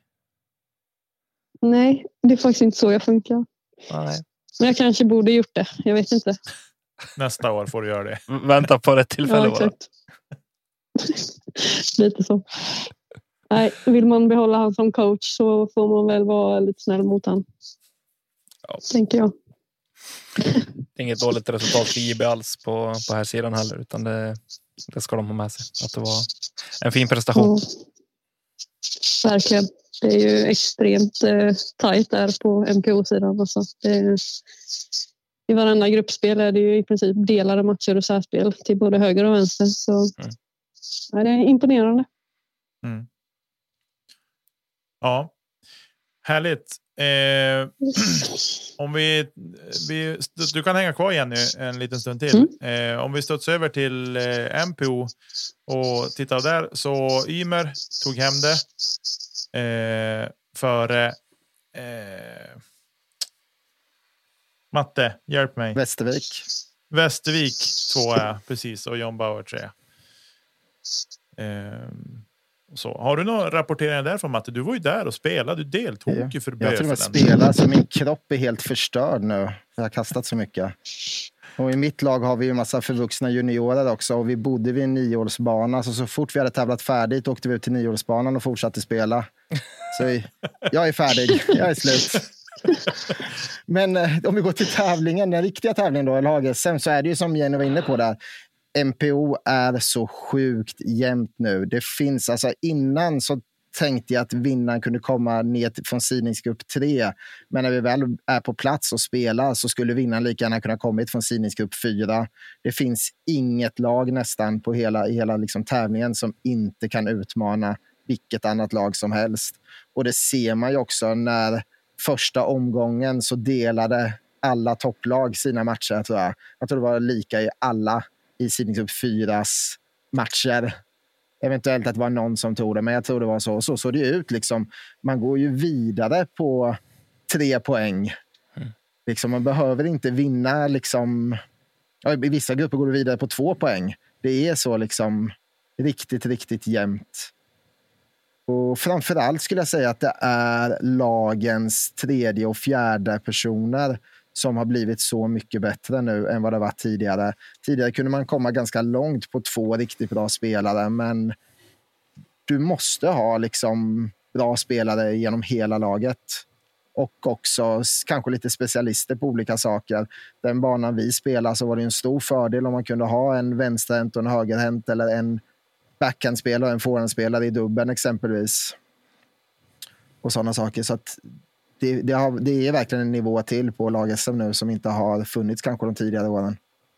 Nej, det är faktiskt inte så jag funkar. Nej. Men jag kanske borde gjort det. Jag vet inte. Nästa år får du göra det. Vänta på rätt tillfälle. Ja, exakt. Lite så. Nej, vill man behålla han som coach så får man väl vara lite snäll mot han. Ja. Tänker jag. Inget dåligt resultat för JB alls på här sidan heller, utan det ska de ha med sig. Att det var en fin prestation. Verkligen. Det är ju extremt tajt där på MPO-sidan. Alltså. I varenda gruppspel är det ju i princip delade matcher och särspel till både höger och vänster. Så det är imponerande. Mm. Ja, härligt. Om du kan hänga kvar igen en liten stund till. Om vi studsar över till MPO och tittar där, så Ymer tog hem det före Matte, hjälp mig. Västervik 2, precis, och John Bauer 3. Så. Har du någon rapportering därifrån, Matte? Du var ju där och spelade, du deltog ju för jag tror att spela, så min kropp är helt förstörd nu. Jag har kastat så mycket. Och i mitt lag har vi ju en massa förvuxna juniorer också, och vi bodde vid en 9-årsbana, så fort vi hade tävlat färdigt åkte vi ut till 9-årsbanan och fortsatte spela. Så jag är färdig, jag är slut. Men om vi går till tävlingen, den riktiga tävlingen då, lag-SM, så är det ju som Jenny var inne på där. MPO är så sjukt jämnt nu. Det finns, alltså innan så tänkte jag att vinnaren kunde komma ner från sidningsgrupp 3. Men när vi väl är på plats och spelar så skulle vinnaren lika gärna kunna kommit från sidningsgrupp 4. Det finns inget lag nästan på hela liksom tävlingen som inte kan utmana vilket annat lag som helst. Och det ser man ju också när första omgången så delade alla topplag sina matcher, tror jag. Jag tror det var lika i alla i sidningsgrupp 4:s matcher. Eventuellt att det var någon som tog det, men jag tror det var så. Så såg det ut liksom. Man går ju vidare på 3 poäng. Liksom, man behöver inte vinna liksom. Ja, i vissa grupper går du vidare på 2 poäng. Det är så liksom riktigt, riktigt jämnt. Och framförallt skulle jag säga att det är lagens 3:e och 4:e personer som har blivit så mycket bättre nu än vad det var tidigare. Tidigare kunde man komma ganska långt på 2 riktigt bra spelare, men du måste ha liksom bra spelare genom hela laget. Och också kanske lite specialister på olika saker. Den banan vi spelar så var det en stor fördel om man kunde ha en vänsterhänt och en högerhänt, eller en backhandspelare och en forehandspelare i dubben exempelvis. Och sådana saker. Så att det är verkligen en nivå till på lag-SM nu som inte har funnits kanske de tidigare åren.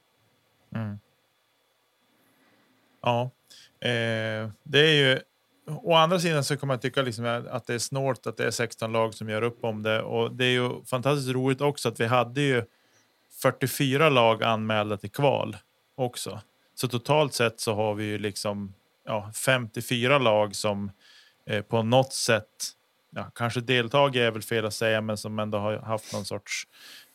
Ja, det är ju, å andra sidan så kan man tycka liksom att det är snålt att det är 16 lag som gör upp om det, och det är ju fantastiskt roligt också att vi hade ju 44 lag anmälda till kval också. Så totalt sett så har vi ju liksom 54 lag som på något sätt, kanske deltagare är väl fel att säga, men som ändå har haft någon sorts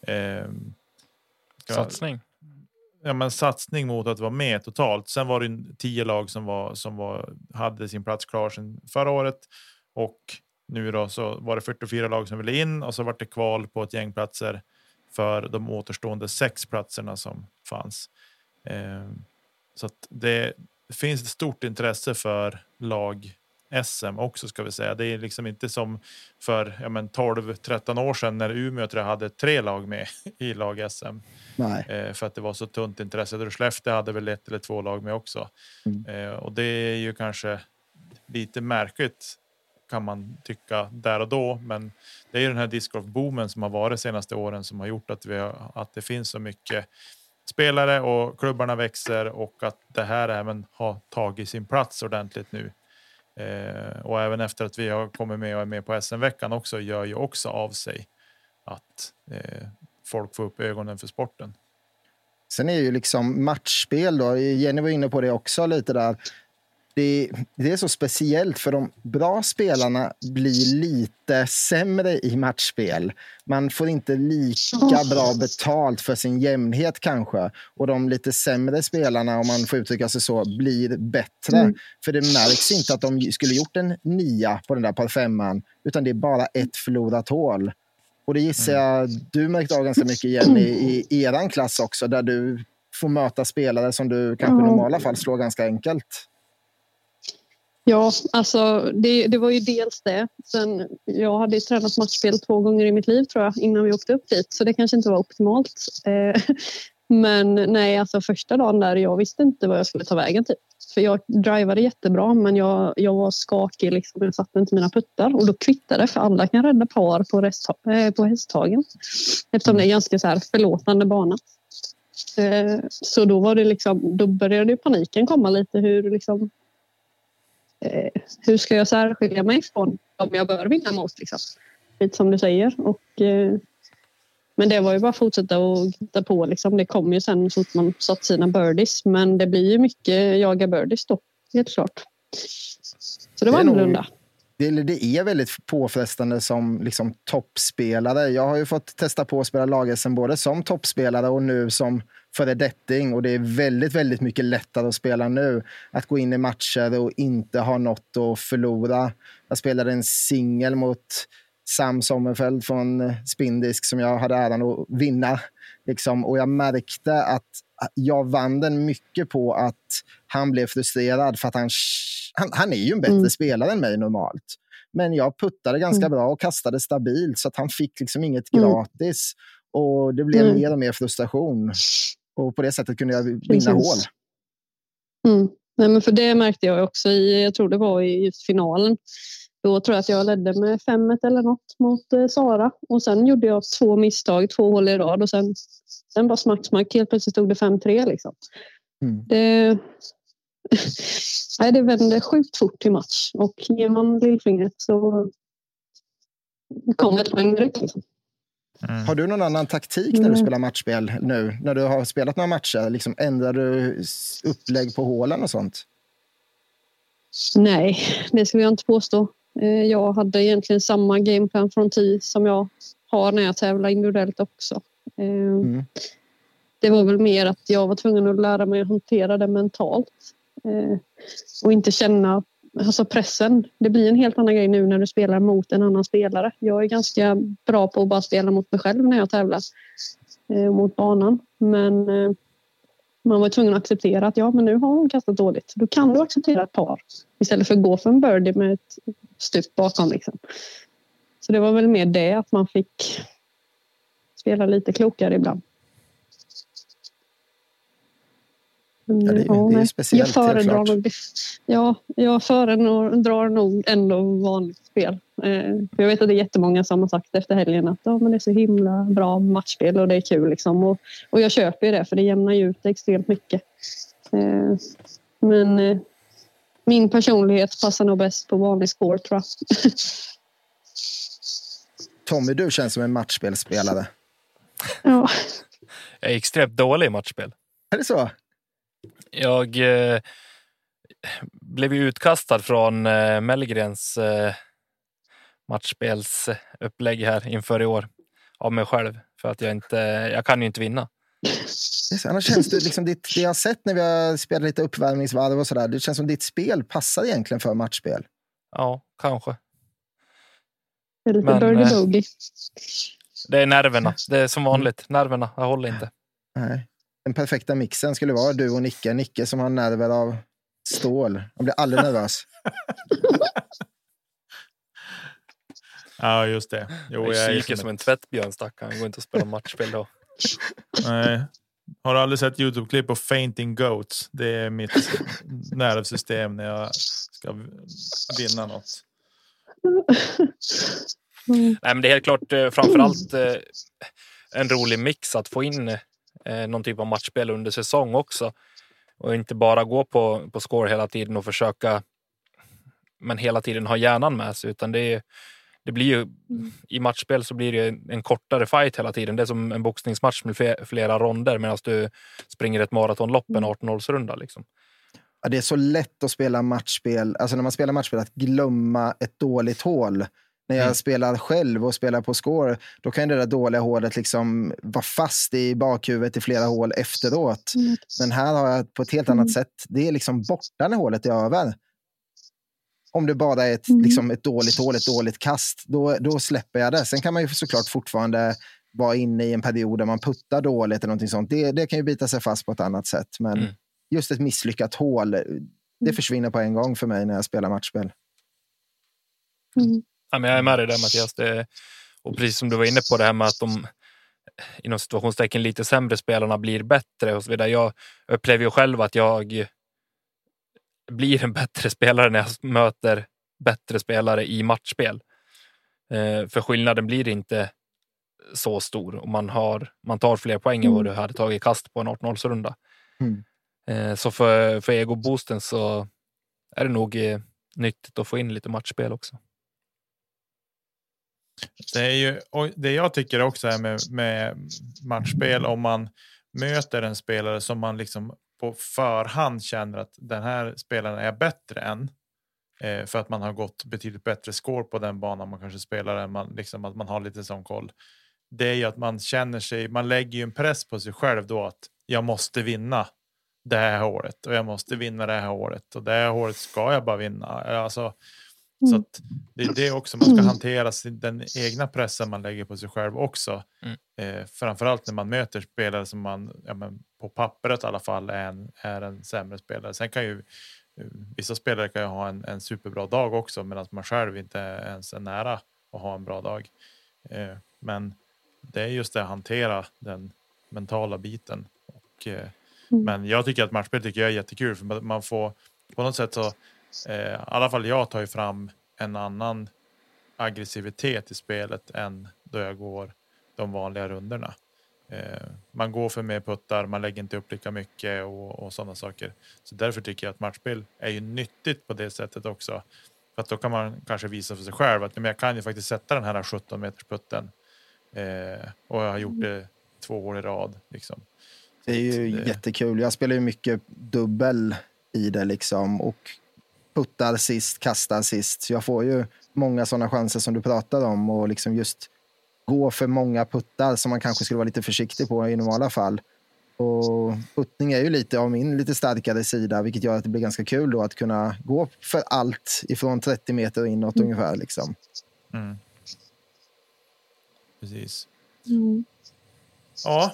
satsning. Ja, men satsning mot att vara med totalt. Sen var det 10 lag som hade sin plats klar sedan förra året, och nu då så var det 44 lag som ville in, och så var det kval på ett gäng platser för de återstående 6 platserna som fanns. Så att det finns ett stort intresse för lag SM också, ska vi säga. Det är liksom inte som för 12-13 år sedan när Umeå hade 3 lag med i lag SM. Nej. För att det var så tunt intresse. Skellefteå hade väl 1 eller 2 lag med också. Och det är ju kanske lite märkligt, kan man tycka där och då, men det är ju den här discgolf-boomen som har varit senaste åren som har gjort att det finns så mycket spelare och klubbarna växer, och att det här även har tagit sin plats ordentligt nu. Och även efter att vi har kommit med och är med på SM-veckan också, gör ju också av sig att folk får upp ögonen för sporten. Sen är ju liksom matchspel då, Jenny var inne på det också lite där. Det är så speciellt för de bra spelarna blir lite sämre i matchspel. Man får inte lika bra betalt för sin jämnhet kanske. Och de lite sämre spelarna, om man får uttrycka sig så, blir bättre. För det märks inte att de skulle gjort en 9 på den där par 5:an, utan det är bara ett förlorat hål. Och det gissar jag du märkt av ganska mycket igen i eran klass också, där du får möta spelare som du kanske i normala fall slår ganska enkelt. Ja, alltså det var ju dels det. Sen, jag hade ju tränat matchspel 2 gånger i mitt liv tror jag innan vi åkte upp dit. Så det kanske inte var optimalt. Men nej, alltså första dagen där jag visste inte vad jag skulle ta vägen typ. För jag drivade jättebra men jag var skakig liksom. Jag satte inte mina puttar. Och då kvittade för alla kan rädda par på hästhagen. Eftersom det är ganska så här förlåtande bana. Så då var det liksom, då började paniken komma lite hur ska jag särskilja mig från om jag bör vinna mot liksom. Lite som du säger men det var ju bara att fortsätta och hitta på liksom. Det kommer ju sen så att man satt sina birdies men det blir ju mycket jaga birdies då, helt klart. Så det var annorlunda. Det är väldigt påfrestande som liksom toppspelare. Jag har ju fått testa på att spela lag-SM både som toppspelare och nu som föredetting. Och det är väldigt, väldigt mycket lättare att spela nu. Att gå in i matcher och inte ha något att förlora. Jag spelade en singel mot Sam Sommerfeld från Spindisk som jag hade äran att vinna. Liksom. Och jag märkte att jag vann den mycket på att han blev frustrerad för att han är ju en bättre spelare än mig normalt. Men jag puttade ganska bra och kastade stabilt så att han fick liksom inget gratis. Och det blev mer och mer frustration. Och på det sättet kunde jag vinna hål. Nej, men för det märkte jag också jag tror det var i finalen. Då tror jag att jag ledde med 5-1 eller något mot Sara. Och sen gjorde jag 2 misstag, 2 hål i rad. Och sen bara smack. Helt plötsligt stod det 5-3 liksom. Det vände sjukt fort till match. Och ger man lillfingret så kommer ett poäng direkt liksom. Har du någon annan taktik när du spelar matchspel nu? När du har spelat några matcher? Liksom, ändrar du upplägg på hålen och sånt? Nej, det skulle jag inte påstå. Jag hade egentligen samma gameplan från 10 som jag har när jag tävlar individuellt också. Det var väl mer att jag var tvungen att lära mig att hantera det mentalt. Och inte känna alltså pressen. Det blir en helt annan grej nu när du spelar mot en annan spelare. Jag är ganska bra på att bara spela mot mig själv när jag tävlar mot banan. Men man var tvungen att acceptera att men nu har hon kastat dåligt. Då kan du acceptera ett par istället för att gå för en birdie med ett stup bakom. Liksom. Så det var väl mer det att man fick spela lite klokare ibland. Det är speciellt. Jag föredrar nog ändå vanligt spel. Jag vet att det är jättemånga som har sagt efter helgen att men det är så himla bra matchspel och det är kul. Liksom. Och jag köper ju det för det jämnar ju ut extremt mycket. Men min personlighet passar nog bäst på vanlig score tror jag. Tommy, du känns som en matchspelspelare. Ja. Jag är extremt dålig i matchspel. Är det så? Jag blev ju utkastad från Mellgrens matchspelsupplägg här inför i år av mig själv för att jag kan ju inte vinna. Annars känns det liksom det jag har sett när vi har spelat lite uppvärmningsvarv och sådär, det känns som ditt spel passar egentligen för matchspel. Ja, kanske. Det är lite birdie-bogey. Det är nerverna. Det är som vanligt. Nerverna, jag håller inte. Nej. Den perfekta mixen skulle vara du och Nicke. Nicke som har nerver av stål. Han blir aldrig nervös. Ja, just det. Jo, jag är som en tvättbjörn, stackaren. Han går inte att spela matchspel då. Nej. Har du aldrig sett YouTube-klipp på Fainting Goats? Det är mitt nervsystem när jag ska vinna något. Nej, men det är helt klart framförallt en rolig mix att få in någon typ av matchspel under säsong också. Och inte bara gå på score hela tiden och försöka men hela tiden ha hjärnan med sig, utan det det blir ju i matchspel så blir det en kortare fight hela tiden. Det är som en boxningsmatch med flera ronder medan du springer ett maratonlopp en 18-hålsrunda liksom. Ja, det är så lätt att spela matchspel. Alltså när man spelar matchspel att glömma ett dåligt hål. När jag spelar själv och spelar på score, då kan det där dåliga hålet liksom vara fast i bakhuvudet i flera hål efteråt. Men här har jag på ett helt annat sätt. Det är liksom borta när hålet är över. Om det bara är liksom ett dåligt hål, ett dåligt kast, då släpper jag det. Sen kan man ju såklart fortfarande vara inne i en period där man puttar dåligt eller någonting sånt. Det kan ju bita sig fast på ett annat sätt. Men just ett misslyckat hål, det försvinner på en gång för mig när jag spelar matchspel. Ja, men jag är med dig där, Mattias. Och precis som du var inne på det här med att de inom situationstecken lite sämre spelarna blir bättre och så vidare. Jag upplever ju själv att jag blir en bättre spelare när jag möter bättre spelare i matchspel. För skillnaden blir inte så stor om man tar fler poäng än vad du hade tagit kast på en 18-hålsrunda. Så för ego-boosten så är det nog nyttigt att få in lite matchspel också. Det är ju, och det jag tycker också är med matchspel, om man möter en spelare som man liksom på förhand känner att den här spelaren är bättre än, för att man har gått betydligt bättre score på den banan man kanske spelar än man, liksom, att man har lite sån koll. Det är ju att man känner sig, man lägger ju en press på sig själv då att jag måste vinna det här året och jag måste vinna det här året och det här året ska jag bara vinna. Alltså, så att det är det också, man ska hantera den egna pressen man lägger på sig själv också. Framförallt när man möter spelare som man på pappret i alla fall är en sämre spelare. Sen kan ju vissa spelare kan ju ha en superbra dag också, medan man själv inte ens är nära att ha en bra dag. Men det är just det att hantera den mentala biten. Men jag tycker att matchspel tycker jag är jättekul, för man får på något sätt så i alla fall jag tar ju fram en annan aggressivitet i spelet än då jag går de vanliga runderna. Man går för mer puttar, man lägger inte upp lika mycket och sådana saker. Så därför tycker jag att matchspel är ju nyttigt på det sättet också. För att då kan man kanske visa för sig själv att jag kan ju faktiskt sätta den här 17 meters putten. Och jag har gjort det 2 år i rad. Liksom. Det är ju jättekul. Jag spelar ju mycket dubbel i det liksom. Och puttar sist, kastar sist. Så jag får ju många sådana chanser som du pratar om. Och liksom just gå för många puttar som man kanske skulle vara lite försiktig på i normala fall. Och puttning är ju lite av min lite starkare sida, vilket gör att det blir ganska kul då att kunna gå för allt ifrån 30 meter och inåt ungefär liksom. Precis. Ja.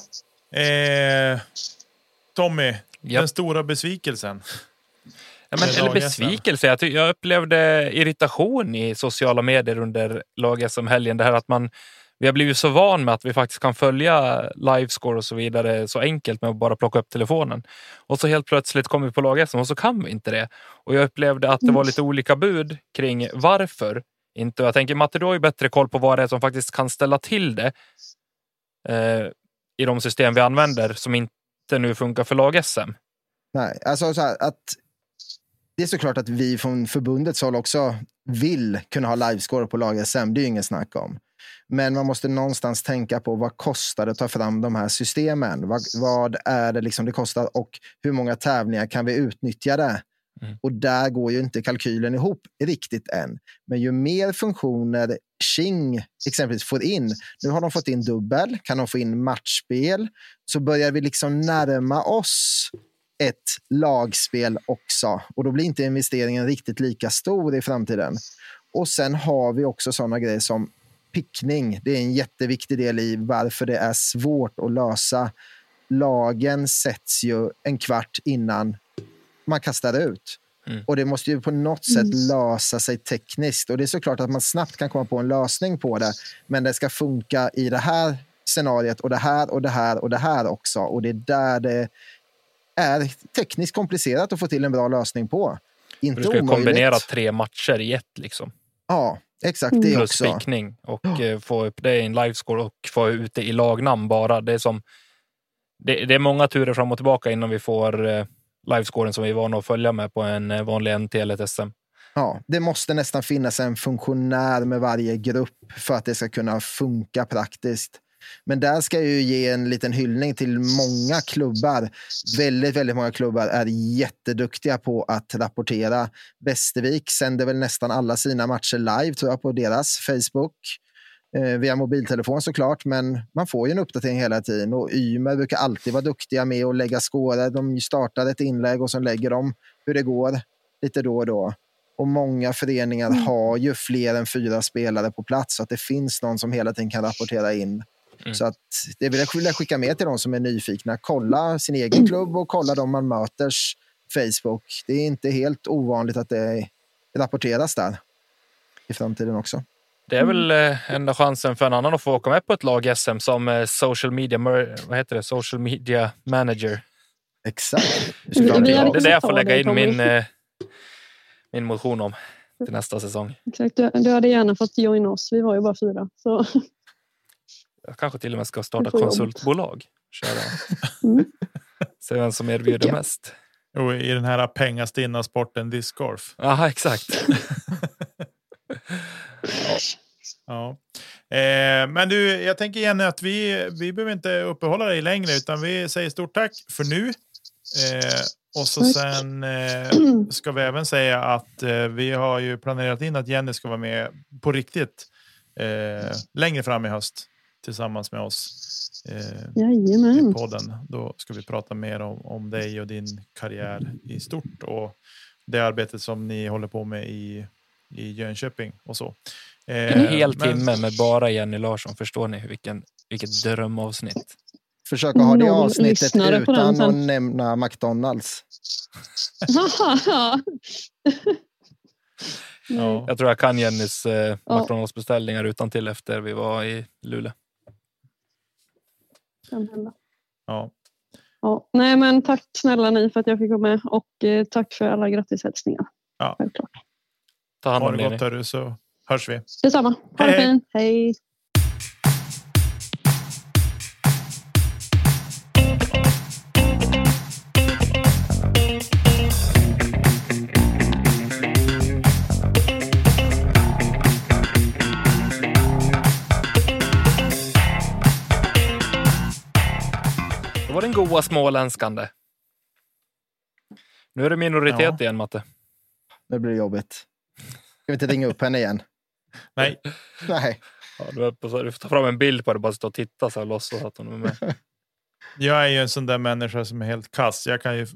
Tommy, den stora besvikelsen. Ja, men, eller besvikelse. Jag upplevde irritation i sociala medier under lag-SM-helgen. Det här att vi har blivit så van med att vi faktiskt kan följa livescore och så vidare så enkelt med att bara plocka upp telefonen. Och så helt plötsligt kommer vi på lag-SM och så kan vi inte det. Och jag upplevde att det var lite olika bud kring varför inte. Jag tänker, Matte, du har ju bättre koll på vad det är som faktiskt kan ställa till det i de system vi använder som inte nu funkar för lag-SM. Nej, alltså så här, att det är såklart att vi från förbundets håll också vill kunna ha livescore på lag-SM. Det är ju ingen snack om. Men man måste någonstans tänka på vad kostar det att ta fram de här systemen? Vad är det liksom det kostar och hur många tävlingar kan vi utnyttja det? Och där går ju inte kalkylen ihop riktigt än. Men ju mer funktioner Qing exempelvis får in, nu har de fått in dubbel, kan de få in matchspel, så börjar vi liksom närma oss ett lagspel också. Och då blir inte investeringen riktigt lika stor i framtiden. Och sen har vi också sådana grejer som pickning. Det är en jätteviktig del i varför det är svårt att lösa. Lagen sätts ju en kvart innan man kastar ut. Och det måste ju på något sätt lösa sig tekniskt. Och det är såklart att man snabbt kan komma på en lösning på det. Men det ska funka i det här scenariet och det här och det här och det här också. Och det är där det är tekniskt komplicerat att få till en bra lösning på. Inte du ska omöjligt. Kombinera 3 matcher i ett liksom. Ja, exakt det plus också. Plus pickning och få upp det i en livescore och få ut det i lagnamn bara. Det är som det är många turer fram och tillbaka innan vi får livescoren som vi är vana att följa med på en vanlig NT eller ett SM. Ja, det måste nästan finnas en funktionär med varje grupp för att det ska kunna funka praktiskt. Men där ska jag ju ge en liten hyllning till många klubbar. Väldigt, väldigt många klubbar är jätteduktiga på att rapportera. Västervik sänder väl nästan alla sina matcher live, tror jag, på deras Facebook. Via mobiltelefon såklart, men man får ju en uppdatering hela tiden. Och Ymer brukar alltid vara duktiga med att lägga skårar. De startar ett inlägg och sen lägger de hur det går lite då och då. Och många föreningar har ju fler än 4 spelare på plats, så att det finns någon som hela tiden kan rapportera in. Så att det vill jag skicka med till de som är nyfikna. Kolla sin egen klubb och kolla de man möters Facebook. Det är inte helt ovanligt att det rapporteras där i framtiden också. Det är väl enda chansen för en annan att få åka med på ett lag i SM som social media manager. Exakt. Det är det jag får lägga in min motion om till nästa säsong. Exakt, du hade gärna fått joina oss. Vi var ju bara 4. Så. Jag kanske till och med ska starta konsultbolag. Se vem som erbjuder mest. Och i den här pengastinna sporten discgolf. Aha, exakt. Ja. Men du, jag tänker igen att vi behöver inte uppehålla dig längre, utan vi säger stort tack för nu. Och så sen ska vi även säga att vi har ju planerat in att Jenny ska vara med på riktigt längre fram i höst tillsammans med oss i podden. Då ska vi prata mer om dig och din karriär i stort och det arbetet som ni håller på med i Jönköping och så. En hel timme med bara Jenny Larsson, förstår ni vilket drömavsnitt. Försöka ha det avsnittet utan att nämna McDonalds. Ja. Jag tror jag kan Jennys McDonalds beställningar utan till efter vi var i Luleå. Ja. Ja. Nej, men tack snälla ni för att jag fick vara med och tack för alla grattishälsningar. Ja. Självklart. Ta hand om det gott, så hörs vi. Detsamma. Ha det fint. Hej. Det var den goa smålänskande. Nu är det minoritet igen, Matte. Det blir jobbigt. Ska vi inte ringa upp henne igen? Nej. Nej. Ja, du får ta fram en bild på det, bara stå och titta så här låtsas att hon är med. Jag är ju en sån där människa som är helt kass.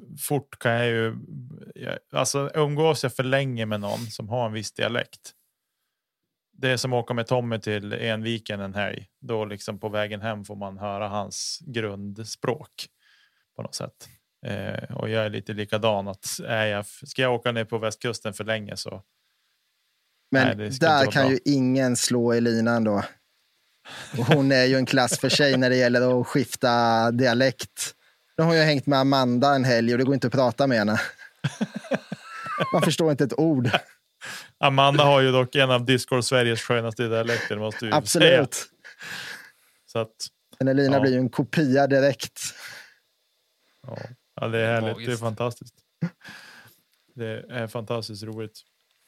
Alltså umgås jag för länge med någon som har en viss dialekt. Det är som att åka med Tommy till Enviken en helg. Då liksom på vägen hem får man höra hans grundspråk på något sätt. Och jag är lite likadan. Ska jag åka ner på västkusten för länge så... Men där kan bra. Ju ingen slå Elina då. Och hon är ju en klass för sig när det gäller att skifta dialekt. Då har jag hängt med Amanda en helg och det går inte att prata med henne. Man förstår inte ett ord. Amanda har ju dock en av Discord Sveriges skönaste dialekter, måste du absolut säga. Så att, men Elina blir ju en kopia direkt. Ja, det är härligt. Det är fantastiskt. Det är fantastiskt roligt.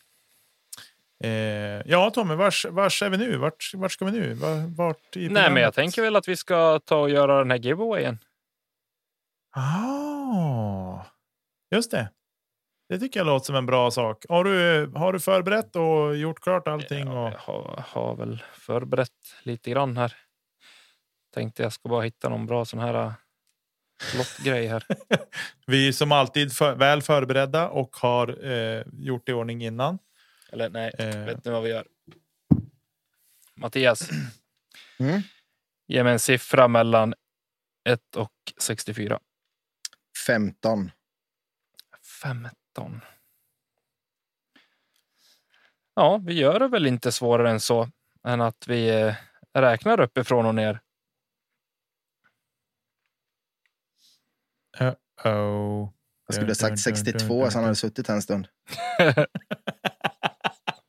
Ja, Tommy, vars är vi nu? Vart ska vi nu? Nej, men jag tänker väl att vi ska ta och göra den här giveawayen. Just det. Det tycker jag låter som en bra sak. Har du förberett och gjort klart allting? Ja, jag har väl förberett lite grann här. Tänkte jag ska bara hitta någon bra sån här lottgrej här. Vi är som alltid väl förberedda och har gjort i ordning innan. Eller nej, vet ni vad vi gör? Mattias. Ge mig en siffra mellan 1 och 64. 15. 15. Ja, vi gör det väl inte svårare än så. Än att vi räknar uppifrån och ner. Jag skulle ha sagt 62 så han hade suttit en stund.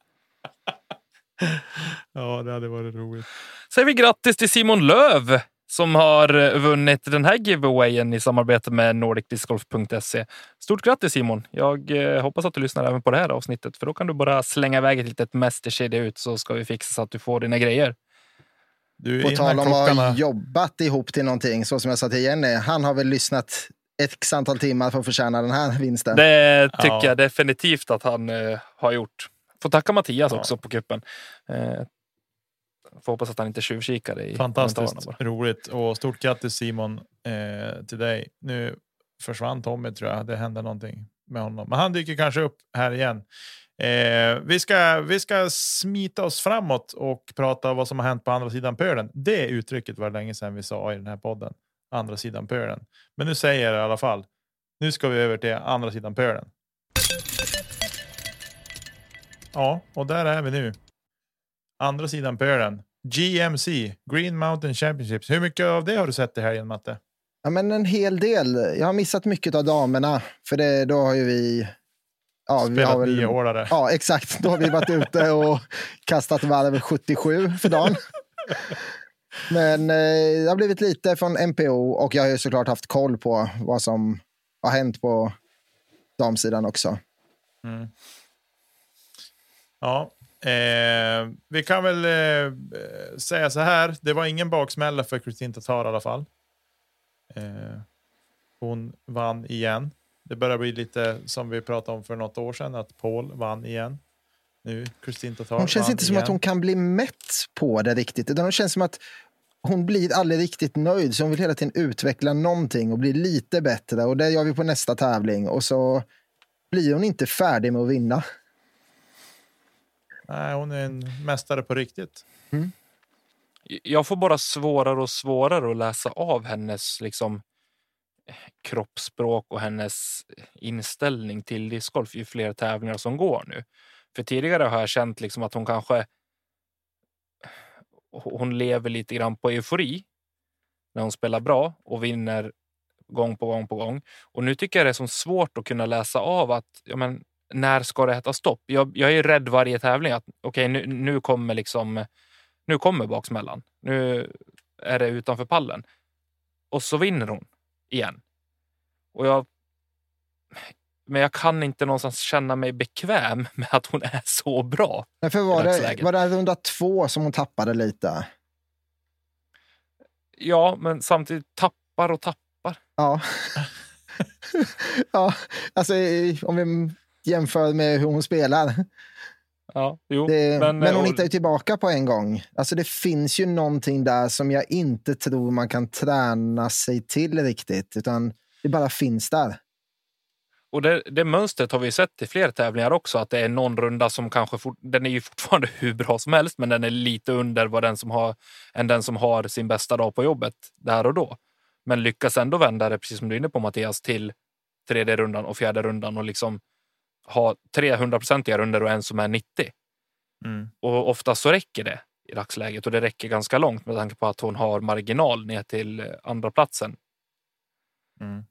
Ja, det hade varit roligt. Säger vi grattis till Simon Löv som har vunnit den här giveawayen i samarbete med nordicdiscgolf.se. Stort grattis Simon. Jag hoppas att du lyssnar även på det här avsnittet, för då kan du bara slänga iväg ett litet mästerkedja ut, så ska vi fixa så att du får dina grejer. Du, På tal om att ha jobbat ihop till någonting, så som jag sa till Jenny, han har väl lyssnat ett x antal timmar för att förtjäna den här vinsten. Det tycker jag definitivt att han har gjort. Får tacka Mattias också på kuppen. Får hoppas att han inte tjuvkikade i fantastiskt roligt, och stort grattis Simon till dig. Nu försvann Tommy, tror jag. Det hände någonting med honom, men han dyker kanske upp här igen. Vi ska smita oss framåt och prata vad som har hänt på andra sidan pölen. Det uttrycket var länge sedan vi sa i den här podden. Andra sidan pölen. Men nu säger jag det i alla fall. Nu ska vi över till andra sidan pölen. Ja, och där är vi nu. Andra sidan pölen. GMC, Green Mountain Championships. Hur mycket av det har du sett det här igen, Matte? Ja, men en hel del. Jag har missat mycket av damerna. För då har ju vi... Ja, spelat vi har väl 9 hårdare. Ja, exakt. Då har vi varit ute och kastat varv 77 för dagen. Men det har blivit lite från MPO, och jag har ju såklart haft koll på vad som har hänt på damsidan också. Mm. Ja, vi kan väl säga så här. Det var ingen baksmälla för Kristin Tattar i alla fall. Hon vann igen. Det börjar bli lite som vi pratade om för något år sedan, att Paul vann igen. Nu Kristin Tattar. Hon känns inte som att hon kan bli mätt på det riktigt, utan hon känns som att hon blir aldrig riktigt nöjd, så hon vill hela tiden utveckla någonting och bli lite bättre, och det gör vi på nästa tävling, och så blir hon inte färdig med att vinna. Nej, hon är en mästare på riktigt. Mm. Jag får bara svårare och svårare att läsa av hennes liksom kroppsspråk och hennes inställning till discgolf ju fler tävlingar som går nu. För tidigare har jag känt liksom att hon lever lite grann på eufori när hon spelar bra och vinner gång på gång på gång. Och nu tycker jag det är så svårt att kunna läsa av att när ska det äta stopp? Jag är rädd varje tävling att nu kommer baksmällan. Nu är det utanför pallen. Och så vinner hon igen. Men jag kan inte någonstans känna mig bekväm med att hon är så bra. Men för var det runda 2 som hon tappade lite? Ja, men samtidigt tappar. Ja. Ja, alltså om vi jämför med hur hon spelar. Ja, jo. Men hon hittar ju tillbaka på en gång. Alltså det finns ju någonting där som jag inte tror man kan träna sig till riktigt, utan det bara finns där. Och det mönstret har vi sett i fler tävlingar också, att det är någon runda som kanske den är ju fortfarande hur bra som helst, men den är lite under vad den som har sin bästa dag på jobbet där och då. Men lyckas ändå vända det, precis som du är inne på Mattias, till 3:e rundan och 4:e rundan och liksom ha 300% runder och en som är 90. Mm. Och ofta så räcker det i dagsläget, och det räcker ganska långt med tanke på att hon har marginal ner till andra platsen. Mm.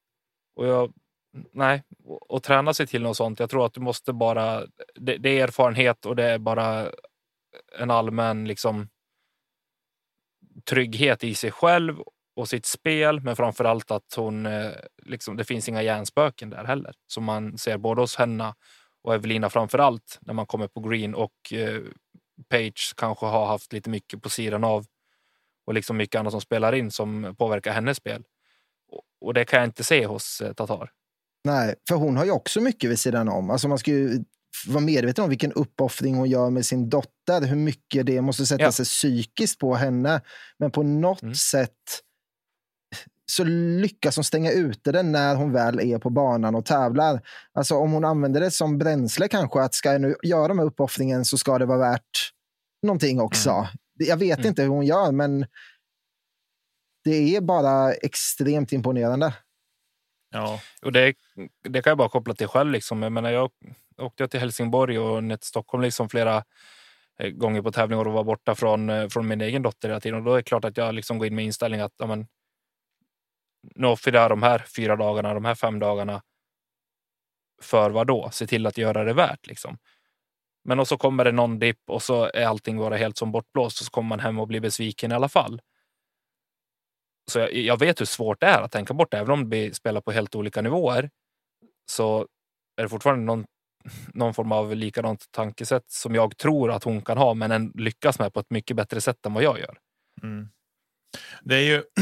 Och träna sig till något sånt. Jag tror att du måste bara, det är erfarenhet, och det är bara en allmän liksom trygghet i sig själv och sitt spel, men framförallt att hon liksom, det finns inga hjärnspöken där heller, som man ser både hos henne och Evelina framförallt när man kommer på green, och Paige kanske har haft lite mycket på sidan av, och liksom mycket annat som spelar in som påverkar hennes spel, och det kan jag inte se hos Tattar. Nej, för hon har ju också mycket vid sidan om. Alltså man ska ju vara medveten om vilken uppoffring hon gör med sin dotter, hur mycket det måste sätta sig psykiskt på henne, men på något sätt så lyckas hon stänga ute den när hon väl är på banan och tävlar. Alltså om hon använder det som bränsle kanske, att ska jag nu göra de här uppoffringen så ska det vara värt någonting också. Jag vet inte hur hon gör, men det är bara extremt imponerande. Ja. Och det kan jag bara koppla till själv liksom. Jag menar, jag åkte till Helsingborg och ner till Stockholm liksom flera gånger på tävlingar och var borta från min egen dotter hela tiden. Och då är det klart att jag liksom går in med inställning att nu offrar jag de här 4 dagarna, de här 5 dagarna för vad då? Se till att göra det värt liksom. Men och så kommer det någon dipp och så är allting bara helt som bortblåst, och så kommer man hem och blir besviken i alla fall. Så jag vet hur svårt det är att tänka bort det. Även om vi spelar på helt olika nivåer så är det fortfarande någon form av likadant tankesätt som jag tror att hon kan ha, men den lyckas med på ett mycket bättre sätt än vad jag gör. Mm. Det är ju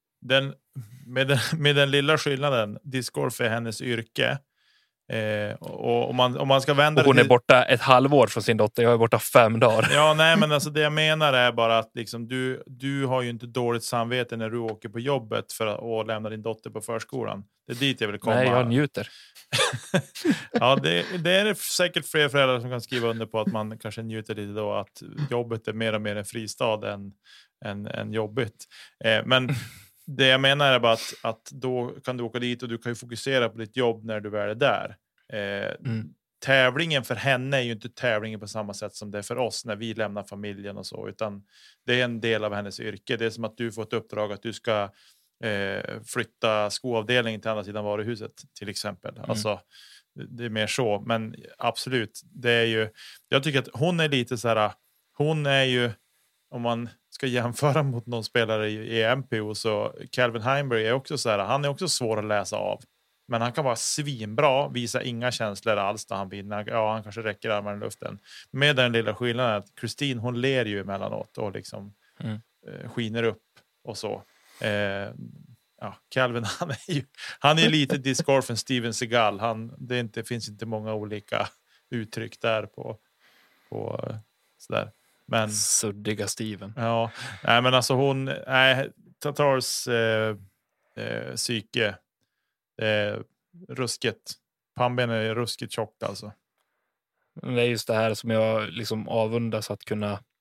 med den lilla skillnaden, discgolf är hennes yrke. Och om man ska vända och hon är borta ett halvår från sin dotter. Jag är borta 5 dagar. Ja, nej, men alltså det jag menar är bara att liksom, du har ju inte dåligt samvete när du åker på jobbet för att lämna din dotter på förskolan. Det är dit jag vill komma. Nej, jag njuter. Ja, det är säkert fler föräldrar som kan skriva under på att man kanske njuter lite då, att jobbet är mer och mer en fristad än jobbigt. Men det jag menar är bara att då kan du åka dit och du kan ju fokusera på ditt jobb när du väl är där. Tävlingen för henne är ju inte tävlingen på samma sätt som det är för oss när vi lämnar familjen och så, utan det är en del av hennes yrke. Det är som att du får ett uppdrag att du ska flytta skoavdelningen till andra sidan varuhuset till exempel. Alltså det är mer så, men absolut, det är ju, jag tycker att hon är lite så här, hon är ju, om man ska jämföra mot någon spelare i MPO, så Calvin Heimberg är också så här, han är också svår att läsa av. Men han kan vara svinbra, visa inga känslor alls när han vinner. Ja, han kanske räcker armarna i luften. Med den lilla skillnaden att Kristin, hon ler ju emellanåt och liksom skiner upp och så. Calvin, han är lite discgolfen Steven Seagal. Det finns inte många olika uttryck där på sådär. Men suddiga Steven. Ja, nej, men alltså Tatars psyke ruskigt. Pannben är ruskigt tjockt alltså. Det är just det här som jag liksom avundas, att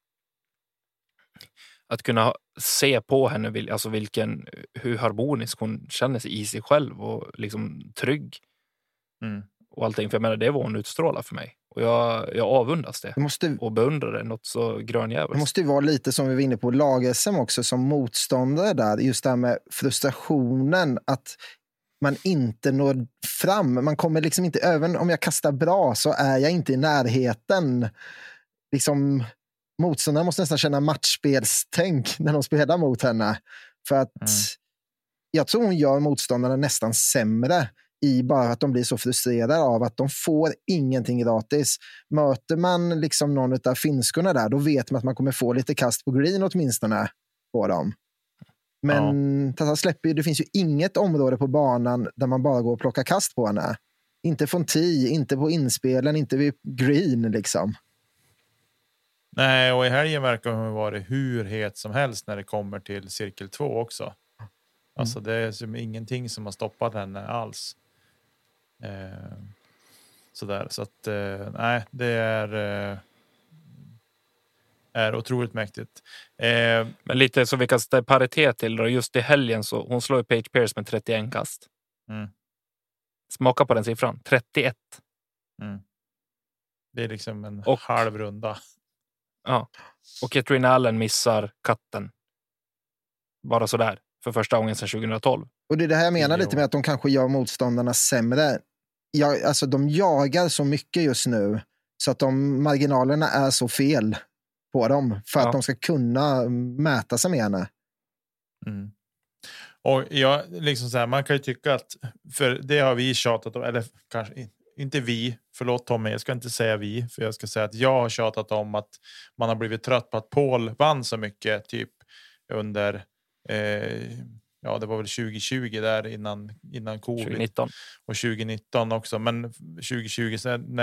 kunna se på henne, alltså hur harmonisk hon känner sig i sig själv och liksom trygg. Och allting, för jag menar, det är vad hon utstrålar för mig. Och jag avundas det. Och beundrar det något så grönjävligt. Det måste ju vara lite som vi var inne på lag-SM också, som motståndare där. Just det här med frustrationen, att man inte når fram. Man kommer liksom inte, även om jag kastar bra så är jag inte i närheten. Liksom, motståndare måste nästan känna matchspelstänk när de spelar mot henne. För att jag tror hon gör motståndarna nästan sämre i bara att de blir så frustrerade av att de får ingenting gratis. Möter man liksom någon av finskorna där, då vet man att man kommer få lite kast på green åtminstone på dem. Men det finns ju inget område på banan där man bara går och plockar kast på henne. Inte från tee, inte på inspelen, inte vid green liksom. Nej, och i helgen verkar hon vara hur het som helst när det kommer till cirkel 2 också. Alltså det är som ingenting som har stoppat henne alls. Sådär, så att nej, det är otroligt mäktigt. Men lite så vi kan ställa paritet till då, just i helgen så hon slår Paige Pierce med 31 kast. Smaka på den siffran, 31. Det är liksom en halv runda. Ja, och Katrina Allen missar katten. Bara sådär, för första gången sedan 2012. Och det är det här jag menar lite med att de kanske gör motståndarna sämre. Alltså de jagar så mycket just nu så att marginalerna är så fel på dem för att de ska kunna mäta sig med henne. Och jag liksom så här, man kan ju tycka att, för det har vi tjatat om, eller kanske inte vi, förlåt Tommy, jag ska inte säga vi, för jag ska säga att jag har tjatat om att man har blivit trött på att Paul vann så mycket typ under det var väl 2020 där innan covid. 2019. Och 2019 också, men 2020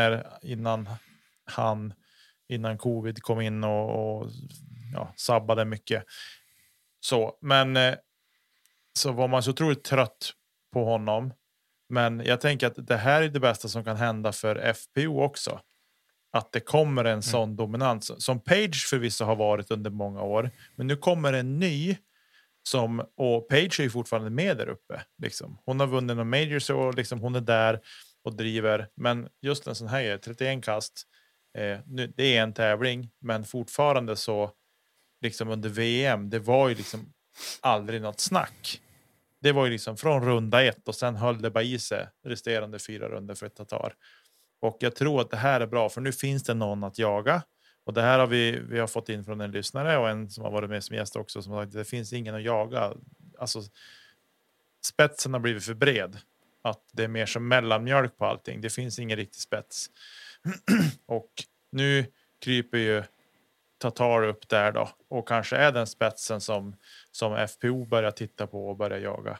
innan covid kom in och sabbade mycket. Så, men så var man så otroligt trött på honom. Men jag tänker att det här är det bästa som kan hända för FPO också. Att det kommer en sån dominans. Som Paige förvisso har varit under många år. Men nu kommer en ny. Och Paige är ju fortfarande med där uppe. Liksom. Hon har vunnit några majors och liksom, hon är där och driver. Men just en sån här 31 kast. Det är en tävling. Men fortfarande så liksom under VM. Det var ju liksom aldrig något snack. Det var ju liksom från runda 1 och sen höll det bara i sig resterande 4 runder för ett Tatar. Och jag tror att det här är bra, för nu finns det någon att jaga. Och det här har vi har fått in från en lyssnare och en som har varit med som gäst också, som har sagt att det finns ingen att jaga. alltså spetsen har blivit för bred. Att det är mer som mellanmjölk på allting. Det finns ingen riktig spets. Och nu kryper ju Tatar upp där då. Och kanske är den spetsen som FPO börjar titta på och börjar jaga.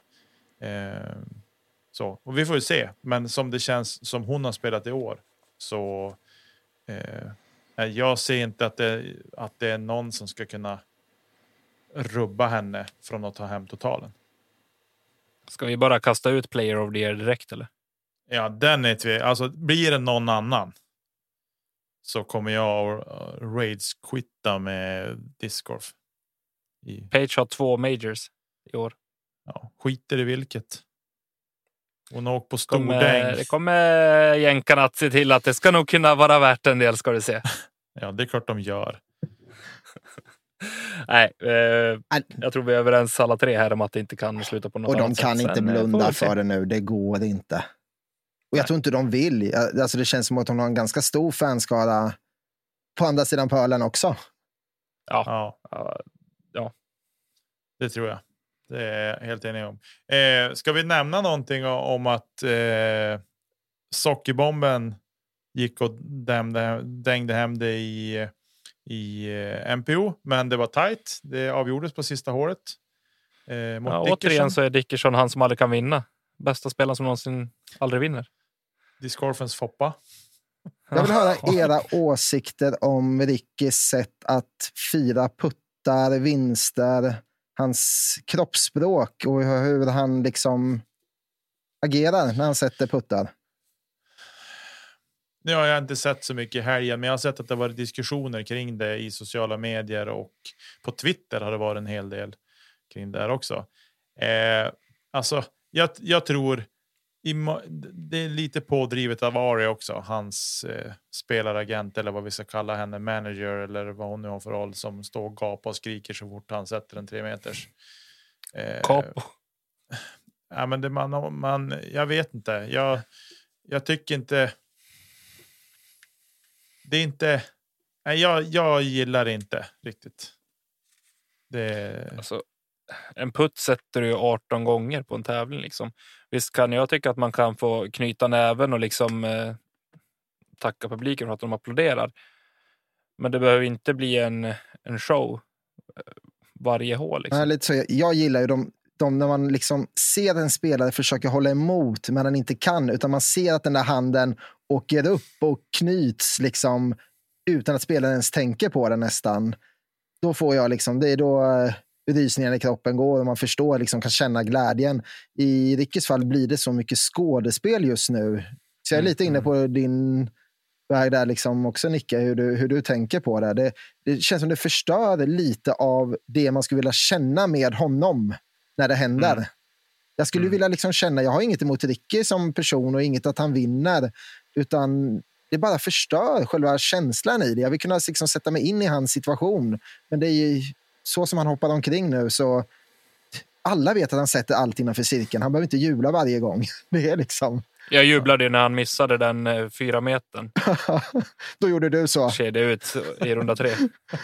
Så. Och vi får ju se. Men som det känns som hon har spelat i år. Så jag ser inte att det är någon som ska kunna rubba henne från att ta hem totalen. Ska vi bara kasta ut player of the year direkt eller? Ja, den är alltså blir det någon annan så kommer jag att rage-quitta med discgolf. Page har 2 majors i år. Ja, skiter i vilket. Hon åker på stordäng. Det kommer jänkarna att se till att det ska nog kunna vara värt en del, ska du se. Ja, det är klart de gör. Nej, jag tror vi är överens alla tre här om att det inte kan sluta på något annat annat sätt. Och de kan inte blunda för det nu, det går inte. Och jag tror inte de vill. Alltså det känns som att de har en ganska stor fanskara på andra sidan pölen också. Ja. Det tror jag. Det är jag helt enig om. Ska vi nämna någonting om att Sockerbomben gick och dängde hem det i MPO, men det var tight. Det avgjordes på sista håret. Återigen så är Dickerson han som aldrig kan vinna. Bästa spelaren som någonsin aldrig vinner. Discgolfens Foppa. Jag vill höra era åsikter om Rickys sätt att fira puttar, vinster, hans kroppsspråk och hur han liksom agerar när han sätter puttar. Nu har jag inte sett så mycket i helgen, men jag har sett att det var diskussioner kring det i sociala medier och på Twitter har det varit en hel del kring det här också. Alltså, jag tror det är lite pådrivet av Ari också, hans spelaragent eller vad vi ska kalla henne, manager eller vad hon nu har för roll, som står och gapar och skriker så fort han sätter en 3 meters. Capo. Ja, men det jag vet inte. Jag tycker inte. Det är inte. Nej, jag gillar inte riktigt. Alltså, en putt sätter du 18 gånger på en tävling liksom. Visst kan jag tycka att man kan få knyta näven och liksom tacka publiken för att de applåderar. Men det behöver inte bli en show varje hål liksom. Ja, lite så. Jag gillar ju de när man liksom ser en spelare försöka hålla emot men han inte kan, utan man ser att den där handen åker upp och knyts liksom utan att spelaren ens tänker på det nästan. Då får jag liksom, det är då rysningen i kroppen går och man förstår, liksom kan känna glädjen. I Rickys fall blir det så mycket skådespel just nu. Så jag är lite inne på din väg där liksom också, Nicka, hur du tänker på det. Det känns som det förstör lite av det man skulle vilja känna med honom när det händer. Jag skulle vilja liksom känna, jag har inget emot Ricky som person och inget att han vinner, utan det bara förstör själva känslan i det. Jag vill kunna liksom sätta mig in i hans situation, men det är ju så som han hoppar omkring nu, så alla vet att han sätter allt innanför cirkeln. Han behöver inte jubla varje gång. Det är liksom... Jag jublade när han missade den 4 metern. Då gjorde du så. Ser ut i runda 3.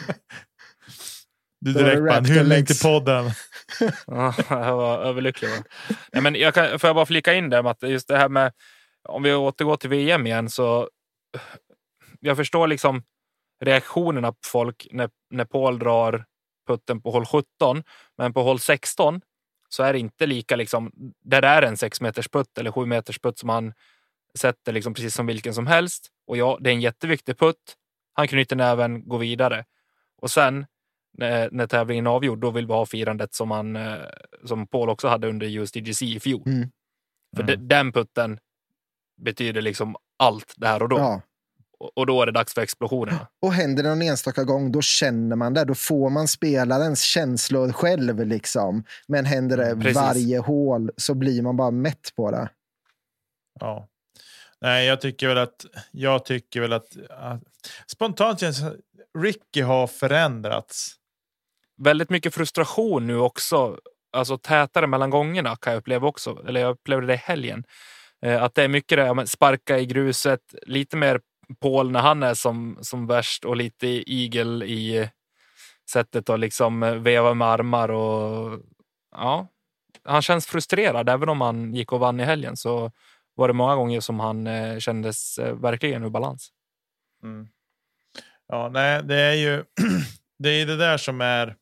Du direkt bara en hyllning till podden. Ja, jag var överlycklig. Nej, men får jag bara flika in där med att just det här med, om vi återgår till VM igen, så jag förstår liksom reaktionerna på folk när Paul drar putten på hål 17, men på hål 16 så är det inte lika liksom, där är en 6 meters putt eller 7 meters putt som han sätter liksom precis som vilken som helst, och ja, det är en jätteviktig putt, han knyter näven, går vidare, och sen när tävlingen är avgjord, då vill vi ha firandet som Paul också hade under USDGC i fjol. För den putten betyder liksom allt det här och då. Ja. Och då är det dags för explosionerna. Och händer det någon enstaka gång, då känner man det. Då får man spelarens känslor själv liksom. Men händer det varje hål så blir man bara mätt på det. Ja. Nej, jag tycker väl att spontant känns Ricky har förändrats. Väldigt mycket frustration nu också. Alltså tätare mellan gångerna kan jag uppleva också. Eller jag upplevde det i helgen. Att det är mycket det, sparka i gruset. Lite mer Paul när han är som värst. Och lite igel i sättet att liksom veva med armar. Och ja, han känns frustrerad. Även om han gick och vann i helgen så var det många gånger som han kändes verkligen ur balans. Mm. Ja, nej, det är ju det är det där som är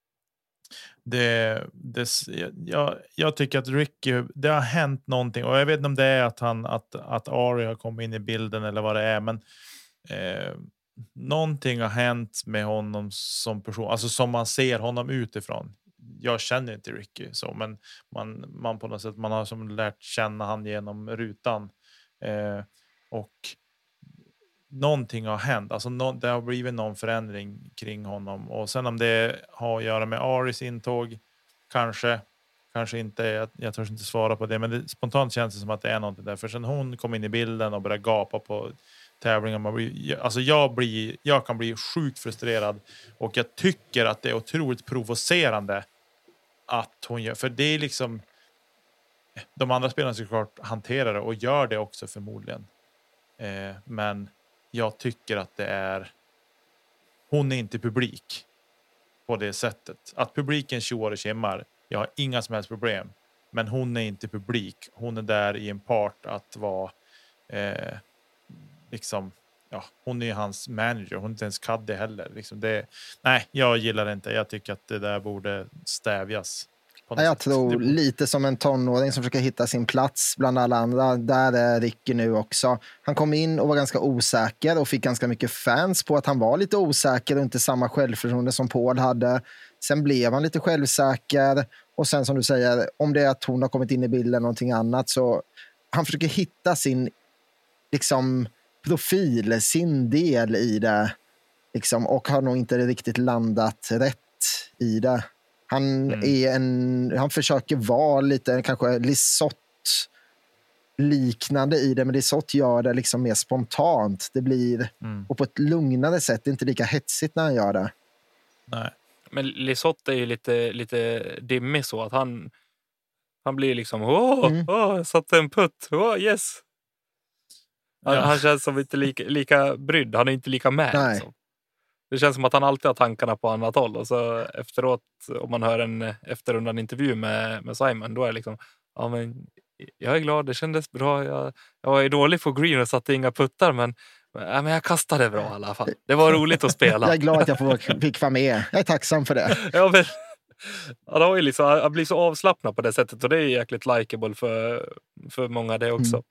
jag tycker att Ricky, det har hänt någonting, och jag vet inte om det är att Ari har kommit in i bilden eller vad det är, men någonting har hänt med honom som person, alltså som man ser honom utifrån. Jag känner inte Ricky så, men man på något sätt, man har som lärt känna han genom rutan, och någonting har hänt, alltså det har blivit någon förändring kring honom, och sen om det har att göra med Aris intåg, kanske inte, jag törs inte svara på det, men det, spontant känns det som att det är någonting där, för sen hon kom in i bilden och började gapa på tävlingar, jag kan bli sjukt frustrerad, och jag tycker att det är otroligt provocerande att hon gör, för det är liksom de andra spelarna såklart hanterar det och gör det också förmodligen, men jag tycker att det är, hon är inte publik på det sättet. Att publiken tjoar och kimmar, jag har inga som helst problem. Men hon är inte publik. Hon är där i en part att vara liksom, ja, hon är hans manager. Hon är inte ens caddy heller. Liksom nej, jag gillar det inte. Jag tycker att det där borde stävjas. Jag tror lite som en tonåring som försöker hitta sin plats bland alla andra. Där är Ricky nu också. Han kom in och var ganska osäker och fick ganska mycket fans på att han var lite osäker och inte samma självförtroende som Paul hade. Sen blev han lite självsäker, och sen som du säger, om det är att hon har kommit in i bilden eller någonting annat, så han försöker hitta sin liksom profil, sin del i det liksom, och har nog inte riktigt landat rätt i det. Han försöker vara lite kanske Lisotte liknande i det, men Lisotte gör det liksom mer spontant. Det blir och på ett lugnare sätt, det är inte lika hetsigt när han gör det. Nej. Men Lisotte är ju lite dimmig så att han blir liksom satte en putt. Yes. Han känns som inte lika brydd. Han är inte lika med. Liksom. Det känns som att han alltid har tankarna på annat håll. Och så efteråt, om man hör en efterrundan intervju med Simon, då är det liksom, ja men jag är glad, det kändes bra. Jag var dålig på green och satte inga puttar, men jag kastade bra i alla fall. Det var roligt att spela. Jag är glad att jag fick vara med. Jag är tacksam för det. Ja, men det har ju liksom, jag blir så avslappnad på det sättet, och det är jäkligt likeable för många det också.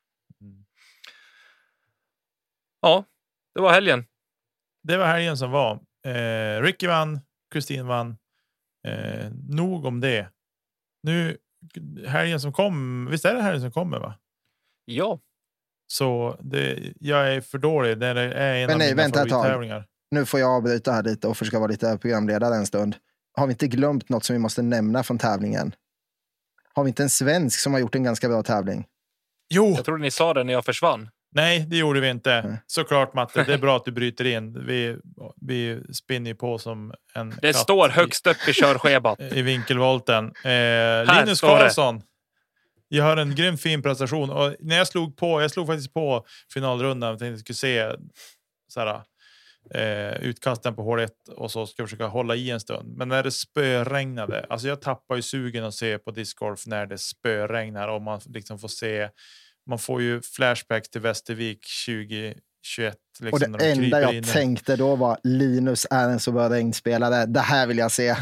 Ja, det var helgen. Det var helgen som var. Ricky vann, Kristin vann. Nog om det. Nu, helgen som kom, visst är det helgen som kommer, va? Ja. Så jag är för dålig. Det är en av mina favorittävlingar. Nu får jag avbryta här lite och försöka vara lite programledare en stund. Har vi inte glömt något som vi måste nämna från tävlingen? Har vi inte en svensk som har gjort en ganska bra tävling? Jo! Jag trodde ni sa det när jag försvann. Nej, det gjorde vi inte. Såklart, Matte. Det är bra att du bryter in. Vi spinner på som en det katt står högst upp i körschemat. I vinkelvolten. Linus Karlsson. Jag har en grym fin prestation. Och när jag slog faktiskt på finalrundan. Jag tänkte att jag skulle se såhär, utkasten på hål 1 och så ska jag försöka hålla i en stund. Men när det spöregnade, alltså jag tappar ju sugen att se på discgolf när det spöregnar och man liksom får se. Man får ju flashbacks till Västervik 2021. Liksom, och det enda jag tänkte då var Linus är en så bra regnspelare. Det här vill jag se.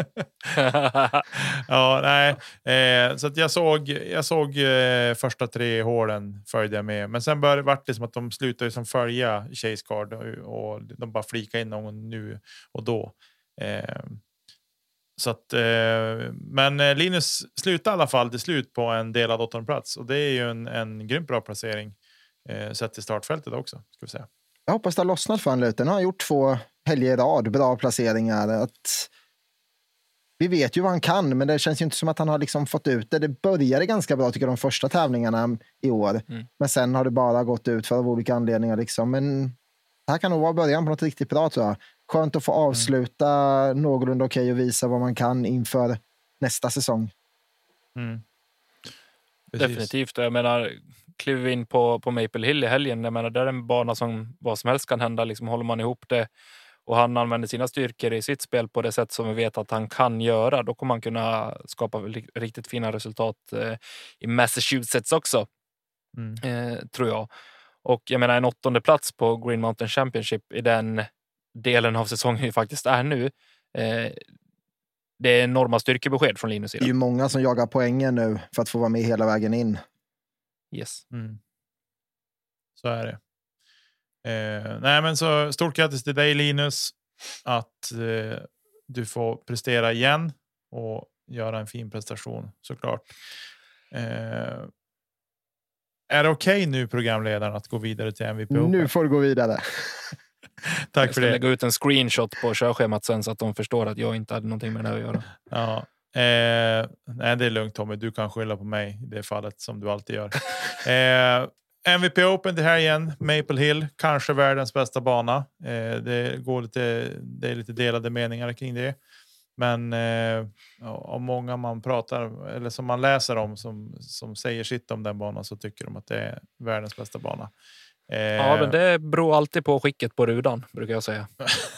Ja, nej. Så att jag såg första 3 hålen följde jag med. Men sen vart det som att de slutade som följa Chase Card och de bara flika in någon nu och då. Så att, men Linus slutade i alla fall till slut på en delad 8:e plats. Och det är ju en grymt bra placering sett till startfältet också, ska vi säga. Jag hoppas det har lossnat för en liten. Han har gjort 2 helger i rad, bra placeringar. Vi vet ju vad han kan, men det känns ju inte som att han har liksom fått ut det. Det började ganska bra tycker jag, de första tävlingarna i år. Men sen har det bara gått ut för olika anledningar. Liksom. Men det här kan nog vara början på något riktigt bra, tror jag. Skönt att få avsluta någorlunda okej och visa vad man kan inför nästa säsong. Definitivt. Jag menar, kliver vi in på Maple Hill i helgen. Jag menar, där är en bana som vad som helst kan hända. Liksom, håller man ihop det och han använder sina styrkor i sitt spel på det sätt som vi vet att han kan göra, då kommer han kunna skapa riktigt fina resultat i Massachusetts också, tror jag. Och jag menar, en 8:e plats på Green Mountain Championship i den delen av säsongen vi faktiskt är nu, det är enorma styrkebesked från Linus sida. Det är ju många som jagar poängen nu för att få vara med hela vägen in. Yes. Så är det. Nej, men så stort grattis till dig, Linus, att du får prestera igen och göra en fin prestation, såklart. Är det okej nu, programledaren, att gå vidare till MVP Open? Nu får du gå vidare. Tack för det. Jag ska lägga ut en screenshot på körschemat sen så att de förstår att jag inte hade någonting med det här att göra. Ja. Nej, det är lugnt, Tommy. Du kan skylla på mig i det fallet, som du alltid gör. MVP Open det här igen. Maple Hill, kanske världens bästa bana. Det är lite delade meningar kring det. Men om många man pratar eller som man läser om som säger sitt om den banan, så tycker de att det är världens bästa bana. Ja, men det beror alltid på skicket på rudan, brukar jag säga.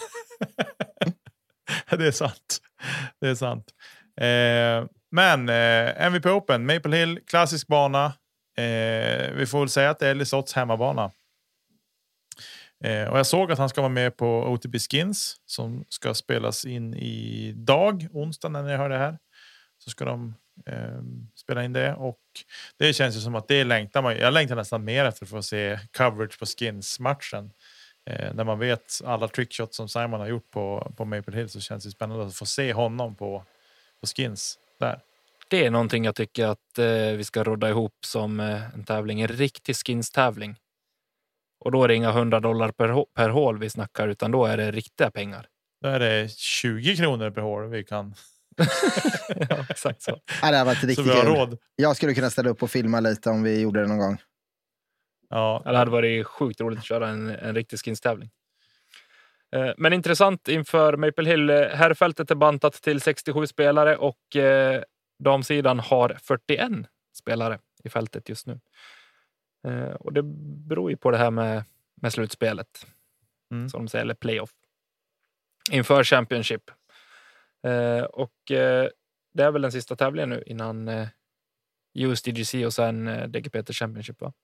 Det är sant. Det är sant. Men MVP Open, Maple Hill, klassisk bana. Vi får väl säga att det är Lisotts hemmabana. Och jag såg att han ska vara med på OTB Skins som ska spelas in i dag, onsdag, när ni hör det här. Så ska de spela in det, och det känns ju som att det längtar man. Jag längtar nästan mer efter att få se coverage på Skins-matchen. När man vet alla trickshots som Simon har gjort på Maple Hill, så känns det spännande att få se honom på Skins där. Det är någonting jag tycker att vi ska rodda ihop som en tävling, en riktig Skins-tävling. Och då är det inga $100 per hål vi snackar, utan då är det riktiga pengar. Då är det 20 kronor per hål vi kan. Ja, exakt så. Ja, det har varit riktigt så vi har kul. råd. Jag skulle kunna ställa upp och filma lite om vi gjorde det någon gång. Ja. Det hade varit sjukt roligt att köra en riktig Skins-tävling. Men intressant inför Maple Hill. Herrfältet är bantat till 67 spelare och damsidan har 41 spelare i fältet just nu. Och det beror ju på det här med slutspelet. Som de säger, eller playoff. Inför Championship. Och det är väl den sista tävlingen nu innan USDGC och sen DGPT Championship, va?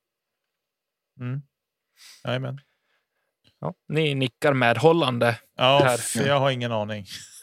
Jajamän. Ja, ni nickar medhållande. Ja, här. jag har ingen aning.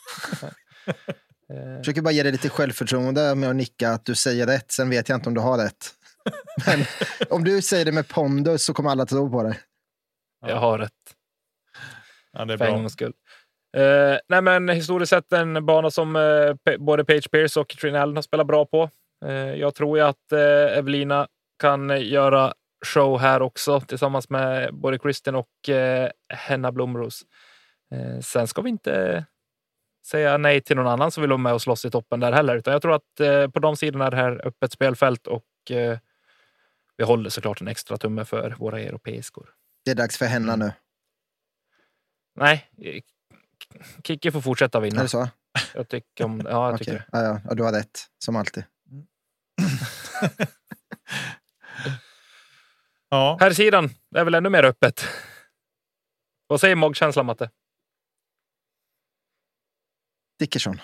Jag försöker bara ge dig lite självförtroende med att nicka att du säger rätt. Sen vet jag inte om du har rätt. Men om du säger det med pondus så kommer alla tro på det. Jag har rätt. Ja, det är för bra. en gångs skull. Nej, men historiskt sett en bana som både Paige Pierce och Trina Allen har spelat bra på. Jag tror ju att Evelina kan göra show här också tillsammans med både Kristen och Henna Blomros. Sen ska vi inte säga nej till någon annan som vill vara med och slåss i toppen där heller, utan jag tror att på de sidorna är det här öppet spelfält, och vi håller såklart en extra tumme för våra europeiskor. Det är dags för henne nu. Nej, Kicki får fortsätta vinna. Är det så? Jag tycker om, ja, jag tycker det. Ja, du har rätt, som alltid. Ja. Här sidan är väl ännu mer öppet. Vad säger magkänslan, Matte? Dickerson.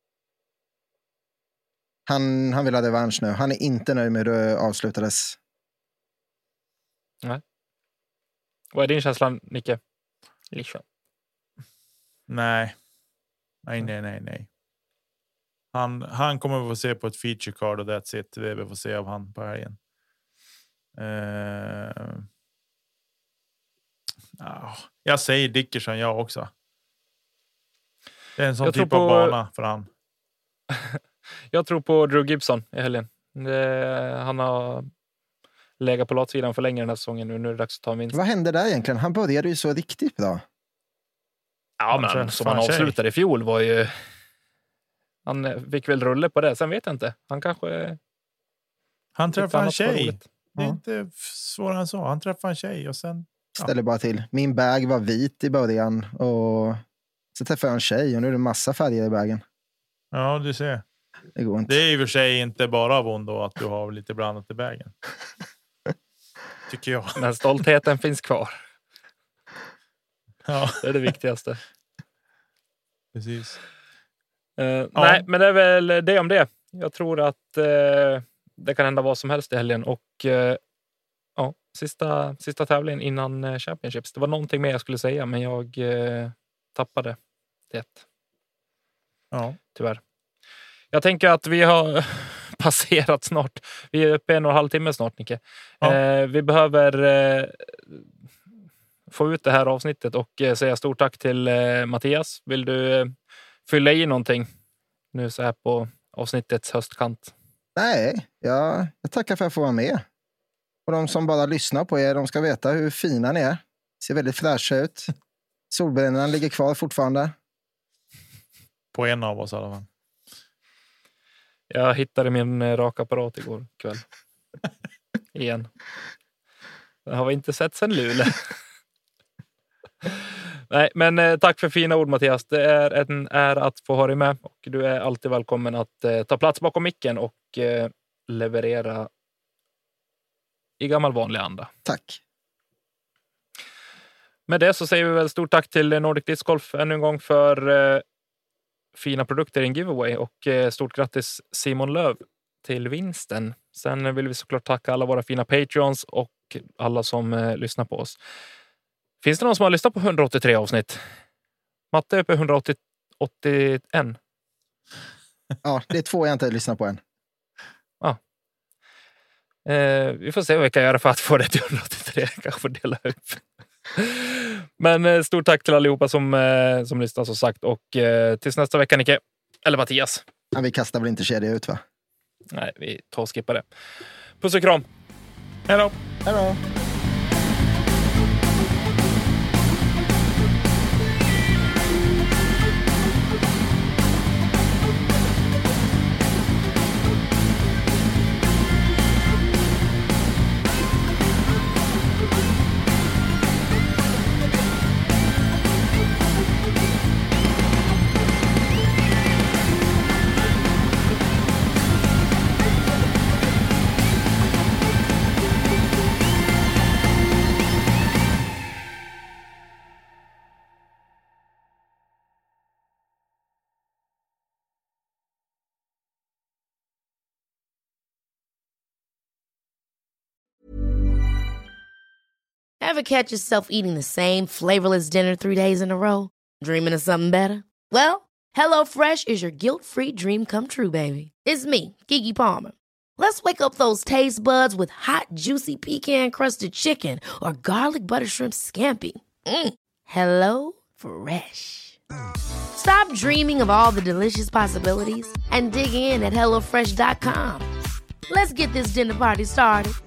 Han vill ha revansch nu. Han är inte nöjd med hur det avslutades. Nej. Vad är din känsla, Nicke? Liksom. Nej. Han kommer att få se på ett feature card, och that's it. Det vi får se av han på helgen. Jag säger Dickerson, jag också. Det är en sån typ av bana för han. Jag tror på Drew Gibson i helgen. Han har legat på latsidan för länge den här säsongen nu. Nu är det dags att ta en vinst. Vad hände där egentligen? Han började ju så riktigt bra. Ja, men som han avslutade i fjol var ju... Han fick väl rulle på det. Sen vet jag inte. Han kanske... Han träffade en tjej. Det är inte svårare än så. Han träffade en tjej och sen... Ställer bara till. Min bag var vit i början och så träffade jag en tjej och nu är det massa färger i bagen. Ja, du ser. Det går inte. Det är i och för sig inte bara av ondo att du har lite blandat i bagen. Tycker jag. Men stoltheten finns kvar. Ja. Det är det viktigaste. Precis. Nej, men det är väl det om det. Jag tror att det kan hända vad som helst i helgen. Och sista tävlingen innan Championships. Det var någonting mer jag skulle säga, men jag tappade det. Ja. Tyvärr. Jag tänker att vi har passerat snart. Vi är uppe 1,5 timme snart, Nicke. Ja. Vi behöver få ut det här avsnittet och säga stort tack till Mattias. Vill du fylla i någonting nu så här på avsnittets höstkant? Nej, jag tackar för att få vara med. Och de som bara lyssnar på er, de ska veta hur fina ni är. Ser väldigt fräscha ut. Solbrännorna ligger kvar fortfarande. På en av oss i alla fall. Jag hittade min rakapparat igår kväll. Igen. Jag har inte sett sen Luleå. Nej, men tack för fina ord, Mattias. Det är en ära att få ha dig med. Och du är alltid välkommen att ta plats bakom micken och leverera i gammal vanlig anda. Tack. Med det så säger vi väl stort tack till Nordic Disc Golf ännu en gång för fina produkter i en giveaway. Och stort grattis Simon Löv till vinsten. Sen vill vi såklart tacka alla våra fina Patreons och alla som lyssnar på oss. Finns det någon som har lyssnat på 183 avsnitt? Matte är uppe 181. Ja, det är 2 jag inte lyssnar på än. Ja. Vi får se vad vi kan göra för att få det till 183. Kanske får dela upp. Men stort tack till allihopa som lyssnar som sagt. Och tills nästa vecka, Nicke. Eller Mattias. Ja, vi kastar väl inte kedja ut, va? Nej, vi tar och skippar det. Puss och kram. Hej då. Hej då. Ever catch yourself eating the same flavorless dinner 3 days in a row? Dreaming of something better? Well, HelloFresh is your guilt-free dream come true, baby. It's me, Keke Palmer. Let's wake up those taste buds with hot, juicy pecan-crusted chicken or garlic butter shrimp scampi. Hello Fresh. Stop dreaming of all the delicious possibilities and dig in at HelloFresh.com. Let's get this dinner party started.